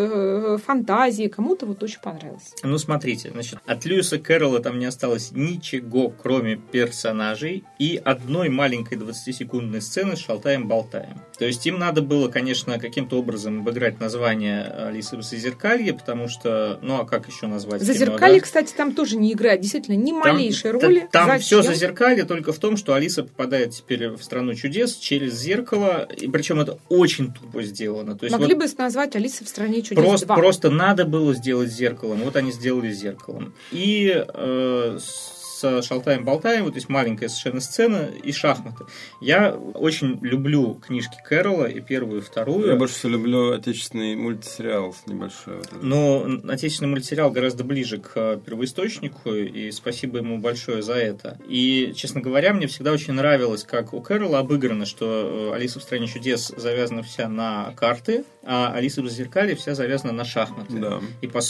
вот фантазии. Кому-то вот очень понравилось. Ну, смотрите, значит, от Льюиса Кэрролла там не осталось ничего, кроме персонажей и одной маленькой 20-секундной сцены с шалтаем-болтаем. То есть им надо было, конечно, каким-то образом обыграть название «Алисы в Зазеркалье», потому что, а как еще назвать Зазеркалье, кино, да? кстати, там тоже не играет, действительно, ни малейшей роли. Там все Зазеркалье только в том, что Алиса попадает теперь в страну чудес через зеркало, и причем это очень тупо сделано. То есть могли бы назвать «Алиса в стране чудес 2». Просто надо было сделать зеркалом. Вот они сделали зеркалом. И с шалтаем-болтаем, вот есть маленькая совершенно сцена и шахматы. Я очень люблю книжки Кэрролла, и первую, и вторую. Я больше всего люблю отечественный мультсериал небольшой. Но отечественный мультсериал гораздо ближе к первоисточнику, и спасибо ему большое за это. И, честно говоря, мне всегда очень нравилось, как у Кэрролла обыграно, что «Алиса в стране чудес» завязана вся на карты, а «Алиса в Зазеркалье» вся завязана на шахматы. Да. И, по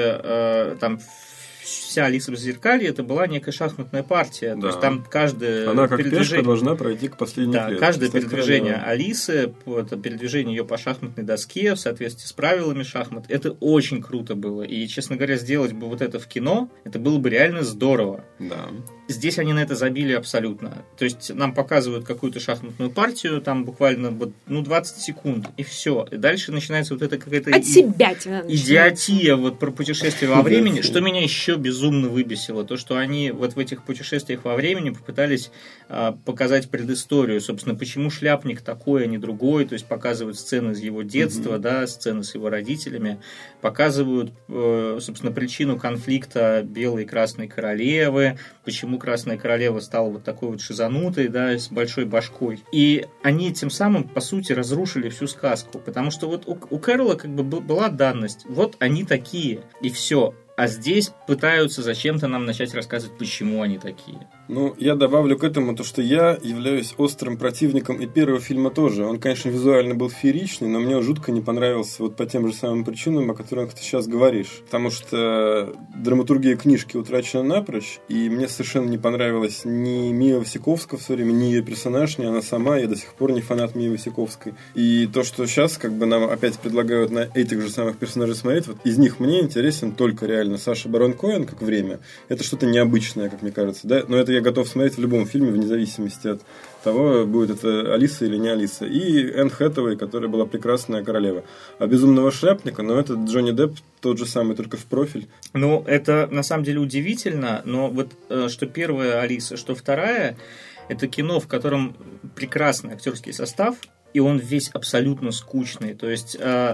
сути, там вся «Алиса в Зазеркалье» это была некая шахматная партия. Да. То есть там каждое она как передвижение... пешка должна пройти к последней клетке. Каждое передвижение Алисы, это передвижение ее по шахматной доске в соответствии с правилами шахмат, это очень круто было. И, честно говоря, сделать бы вот это в кино, это было бы реально здорово. Да. Здесь они на это забили абсолютно. То есть нам показывают какую-то шахматную партию, там буквально 20 секунд, и все. И дальше начинается вот это какая-то от себя идиотия вот про путешествие во времени. Что меня еще безумно выбесило, то, что они вот в этих путешествиях во времени попытались показать предысторию, собственно, почему шляпник такой, а не другой, то есть показывают сцены из его детства, да, сцены с его родителями, показывают, собственно, причину конфликта белой и красной королевы, почему Красная Королева стала вот такой вот шизанутой, да, с большой башкой. И они тем самым, по сути, разрушили всю сказку. Потому что вот у Кэрролла как бы была данность. Вот они такие, и все. А здесь пытаются зачем-то нам начать рассказывать, почему они такие. Ну, я добавлю к этому то, что я являюсь острым противником и первого фильма тоже. Он, конечно, визуально был фееричный, но мне жутко не понравился вот по тем же самым причинам, о которых ты сейчас говоришь. Потому что драматургия книжки утрачена напрочь, и мне совершенно не понравилась ни Мия Васиковская в свое время, ни ее персонаж, ни она сама. Я до сих пор не фанат Мии Васиковской. И то, что сейчас как бы нам опять предлагают на этих же самых персонажей смотреть, вот из них мне интересен только реально Саша Барон Коэн как время. Это что-то необычное, как мне кажется, да? Но это я готов смотреть в любом фильме, вне зависимости от того, будет это Алиса или не Алиса. И Энн Хэтэуэй, которая была прекрасная королева. А «Безумного шляпника», но это Джонни Депп тот же самый, только в профиль. Ну, это на самом деле удивительно, но вот что первая Алиса, что вторая, Это кино, в котором прекрасный актерский состав, и он весь абсолютно скучный. То есть,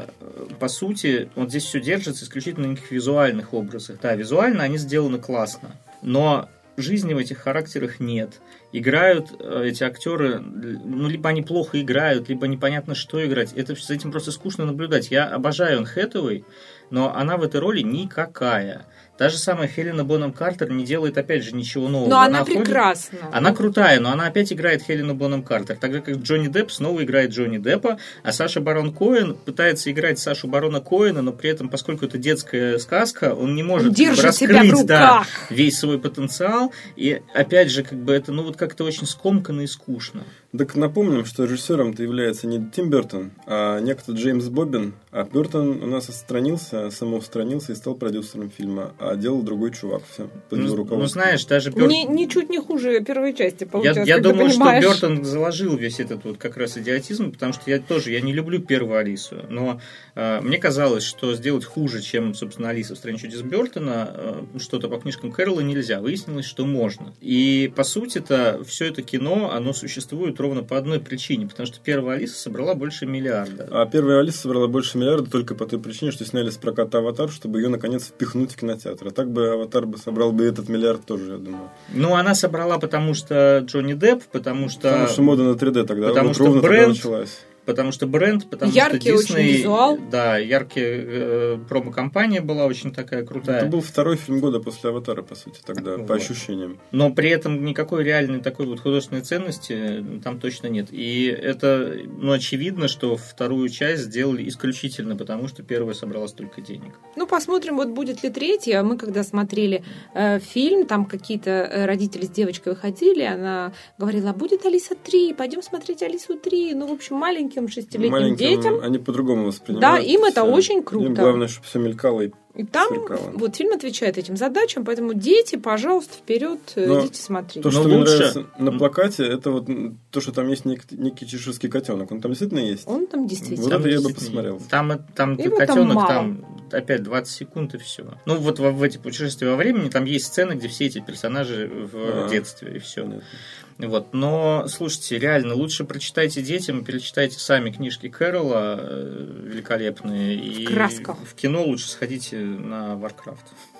по сути, вот здесь все держится исключительно на неких визуальных образах. Да, визуально они сделаны классно, но жизни в этих характерах нет. Играют эти актеры, ну, либо они плохо играют, либо непонятно, что играть. За этим просто скучно наблюдать. Я обожаю Энн Хэтэуэй, но она в этой роли никакая. Та же самая Хелена Бонем Картер не делает, опять же, ничего нового. Но она прекрасна. Она крутая, но она опять играет Хелену Бонем Картер. Тогда как Джонни Депп снова играет Джонни Деппа, а Саша Барон Коэн пытается играть Сашу Барона Коэна, но при этом, поскольку это детская сказка, он не может раскрыть весь свой потенциал. И опять же, это как-то очень скомканно и скучно. Так напомним, что режиссером-то является не Тим Бёртон, а некто Джеймс Боббин. А Бёртон у нас самоустранился и стал продюсером фильма. А делал другой чувак. Все, под его руководством. Ну, знаешь, даже Бёртон... Ничуть не хуже первой части получается. Я думаю, что Бёртон заложил весь этот как раз идиотизм, потому что я не люблю первую Алису, но мне казалось, что сделать хуже, чем, собственно, Алиса в «Стране чудес» Бёртона, что-то по книжкам Кэрролла нельзя. Выяснилось, что можно. И, по сути-то, все это кино, оно существует ровно по одной причине, потому что первая Алиса собрала больше миллиарда. А первая Алиса собрала больше миллиарда только по той причине, что сняли с проката «Аватар», чтобы ее, наконец, впихнуть в кинотеатр. А так бы «Аватар» собрал бы этот миллиард тоже, я думаю. Ну, она собрала, потому что Джонни Депп, потому что мода на 3D тогда. Потому вот что ровно бренд, началась. Потому что бренд, потому яркий что Дисней... очень визуал. Да, яркая промо-компания была очень такая крутая. Это был второй фильм года после «Аватара», по сути, тогда, по ощущениям. Но при этом никакой реальной такой художественной ценности там точно нет. И это, очевидно, что вторую часть сделали исключительно потому, что первая собрала столько денег. Ну, посмотрим, будет ли третья. Мы, когда смотрели фильм, там какие-то родители с девочкой выходили, она говорила, будет «Алиса 3», пойдем смотреть «Алису 3». Ну, в общем, маленьким 6-летним детям. Они по-другому воспринимают. Да, им это очень круто. Им главное, чтобы все мелькало и там фильм отвечает этим задачам, поэтому дети, пожалуйста, вперед, идите смотреть. То, что мне нравится на плакате, это то, что там есть некий чеширский котенок. Он там действительно есть? Он там действительно. Вот это я бы посмотрел. Там котенок, там опять 20 секунд и все. Ну, вот в эти путешествия во времени там есть сцены, где все эти персонажи в детстве, и все. Вот. Но, слушайте, реально, лучше прочитайте детям, перечитайте сами книжки Кэрролла великолепные. В красках. В кино лучше сходите на Warcraft.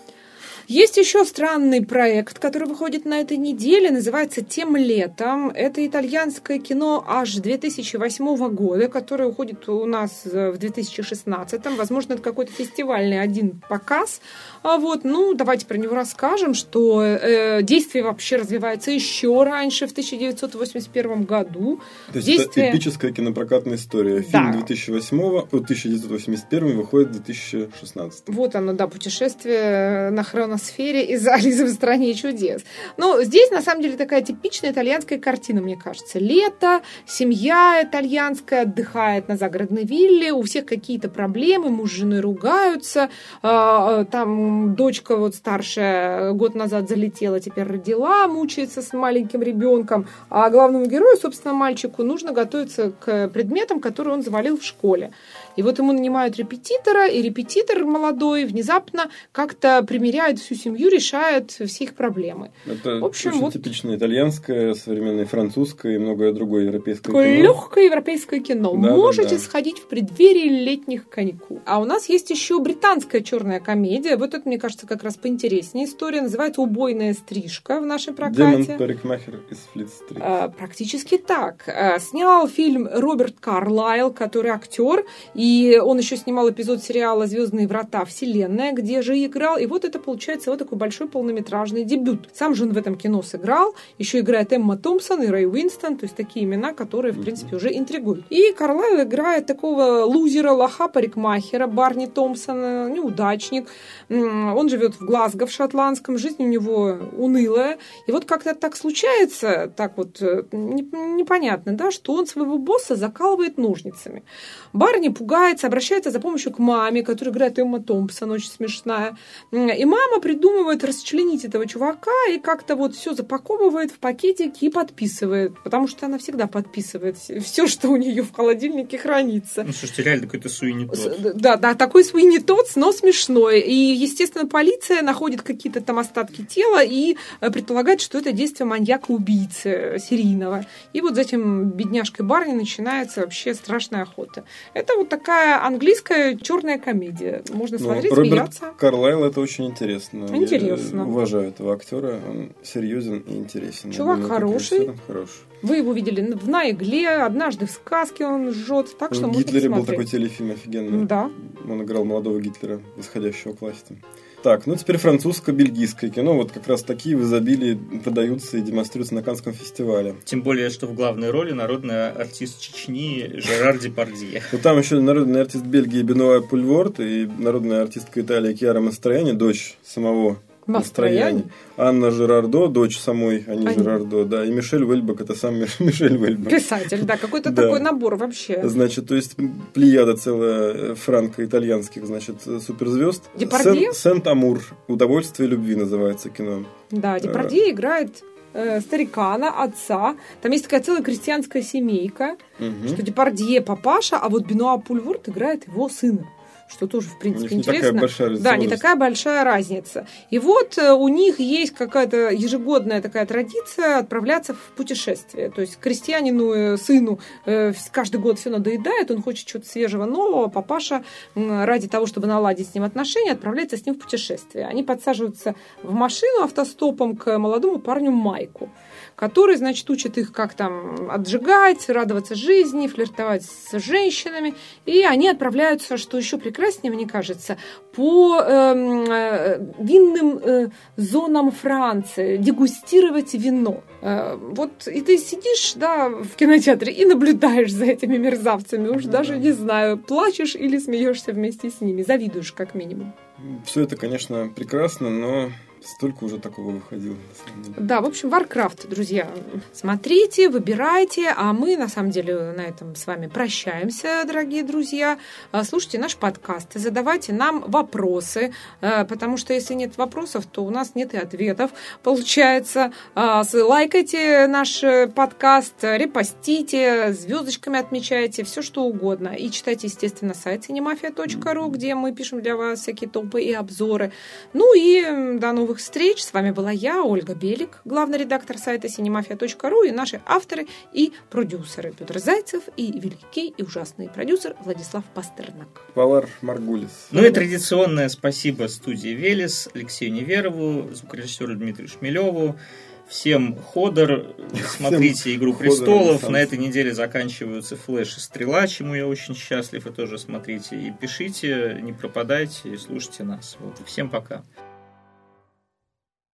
Есть еще странный проект, который выходит на этой неделе, называется «Тем летом». Это итальянское кино аж 2008 года, которое уходит у нас в 2016. Возможно, это какой-то фестивальный один показ. Давайте про него расскажем, что действие вообще развивается еще раньше, в 1981 году. То есть это эпическая кинопрокатная история. Фильм 1981 выходит в 2016. Вот оно, да, путешествие на хроносфере из «Алисы в стране чудес». Но здесь, на самом деле, такая типичная итальянская картина, мне кажется. Лето, семья итальянская отдыхает на загородной вилле, у всех какие-то проблемы, муж с женой ругаются, там дочка старшая год назад залетела, теперь родила, мучается с маленьким ребенком, а главному герою, собственно, мальчику, нужно готовиться к предметам, которые он завалил в школе. И вот ему нанимают репетитора, и репетитор молодой внезапно как-то примиряет всю семью, решает все их проблемы. Это очень типичное итальянское, современное французское и многое другое европейское кино. Легкое европейское кино. Можете сходить в преддверии летних каникул. А у нас есть еще британская черная комедия. Вот это, мне кажется, как раз поинтереснее история. Называется «Убойная стрижка» в нашей прокате. Демон парикмахер из Флит-стрит. Практически так. Снял фильм Роберт Карлайл, который актер, и он еще снимал эпизод сериала «Звездные врата. Вселенная», где же играл. И вот это получается вот такой большой полнометражный дебют. Сам же он в этом кино сыграл. Еще играет Эмма Томпсон и Рэй Уинстон. То есть такие имена, которые, в принципе, уже интригуют. И Карлайл играет такого лузера, лоха, парикмахера Барни Томпсона, неудачник. Он живет в Глазго, в шотландском. Жизнь у него унылая. И вот как-то так случается, так вот непонятно, да, что он своего босса закалывает ножницами. Барни пугается, обращается за помощью к маме, которая играет Эмма Томпсон, очень смешная. И мама придумывает расчленить этого чувака и как-то вот все запаковывает в пакетики и подписывает, потому что она всегда подписывает все, что у нее в холодильнике хранится. Ну, слушайте, реально какой-то Суини Тодд. Да, такой Суини Тодд, но смешной. И, естественно, полиция находит какие-то там остатки тела и предполагает, что это действие маньяка-убийцы серийного. И вот за этим бедняжкой Барни начинается вообще страшная охота. Это вот такая английская черная комедия. Можно смотреть, смеяться. Карлайл — это очень интересно. Интересно. Я уважаю этого актера. Он серьезен и интересен. Чувак хороший. Вы его видели в «На игле», «Однажды в сказке» он жжет. Так что в «Гитлере» был такой телефильм офигенный. Да. Он играл молодого Гитлера, восходящего к власти. Так, ну теперь французско-бельгийское кино. Вот как раз такие в изобилии подаются и демонстрируются на Каннском фестивале. Тем более, что в главной роли народный артист Чечни Жерар Депардье. Ну там еще народный артист Бельгии Бенуа Пульворт и народная артистка Италии Кьяра Мастрояни, дочь самого Мастрояни. Анна Жерардо, дочь самой Ани Жерардо, да, и Мишель Уэльбек, это сам Мишель Уэльбек. Писатель, да, какой-то такой набор вообще. Значит, то есть плеяда целая франко-итальянских, значит, суперзвезд. Депардье? Сент-Амур. «Удовольствие любви» называется кино. Да, Депардье играет старикана, отца. Там есть такая целая крестьянская семейка, что Депардье папаша, а вот Бенуа Пульворт играет его сына. Что тоже, в принципе, интересно. Не такая большая разница. И вот у них есть какая-то ежегодная такая традиция отправляться в путешествие. То есть крестьянину, сыну каждый год все надоедает, он хочет чего-то свежего, нового. Папаша ради того, чтобы наладить с ним отношения, отправляется с ним в путешествие. Они подсаживаются в машину автостопом к молодому парню Майку, который, значит, учит их, как там отжигать, радоваться жизни, флиртовать с женщинами. И они отправляются, что еще прекраснее, мне кажется, по винным зонам Франции, дегустировать вино. Вот и ты сидишь, да, в кинотеатре и наблюдаешь за этими мерзавцами. Уж даже не знаю, плачешь или смеешься вместе с ними. Завидуешь, как минимум. Все это, конечно, прекрасно, но столько уже такого выходило, на самом деле. Да, в общем, Warcraft, друзья. Смотрите, выбирайте, а мы, на самом деле, на этом с вами прощаемся, дорогие друзья. Слушайте наш подкаст, задавайте нам вопросы, потому что если нет вопросов, то у нас нет и ответов. Получается, лайкайте наш подкаст, репостите, звездочками отмечайте, все что угодно. И читайте, естественно, сайт cinemafia.ru, где мы пишем для вас всякие топы и обзоры. Ну и до новых встреч. С вами была я, Ольга Белик, главный редактор сайта cinemafia.ru, и наши авторы и продюсеры Петр Зайцев и великий и ужасный продюсер Владислав Пастернак. Валар Маргулис. Ну и традиционное спасибо студии «Велес», Алексею Неверову, звукорежиссеру Дмитрию Шмелеву. Всем ходор, смотрите «Игру престолов». На этой неделе заканчиваются «Флэш» и «Стрела», чему я очень счастлив, и тоже смотрите. И пишите, не пропадайте, и слушайте нас. Вот. Всем пока.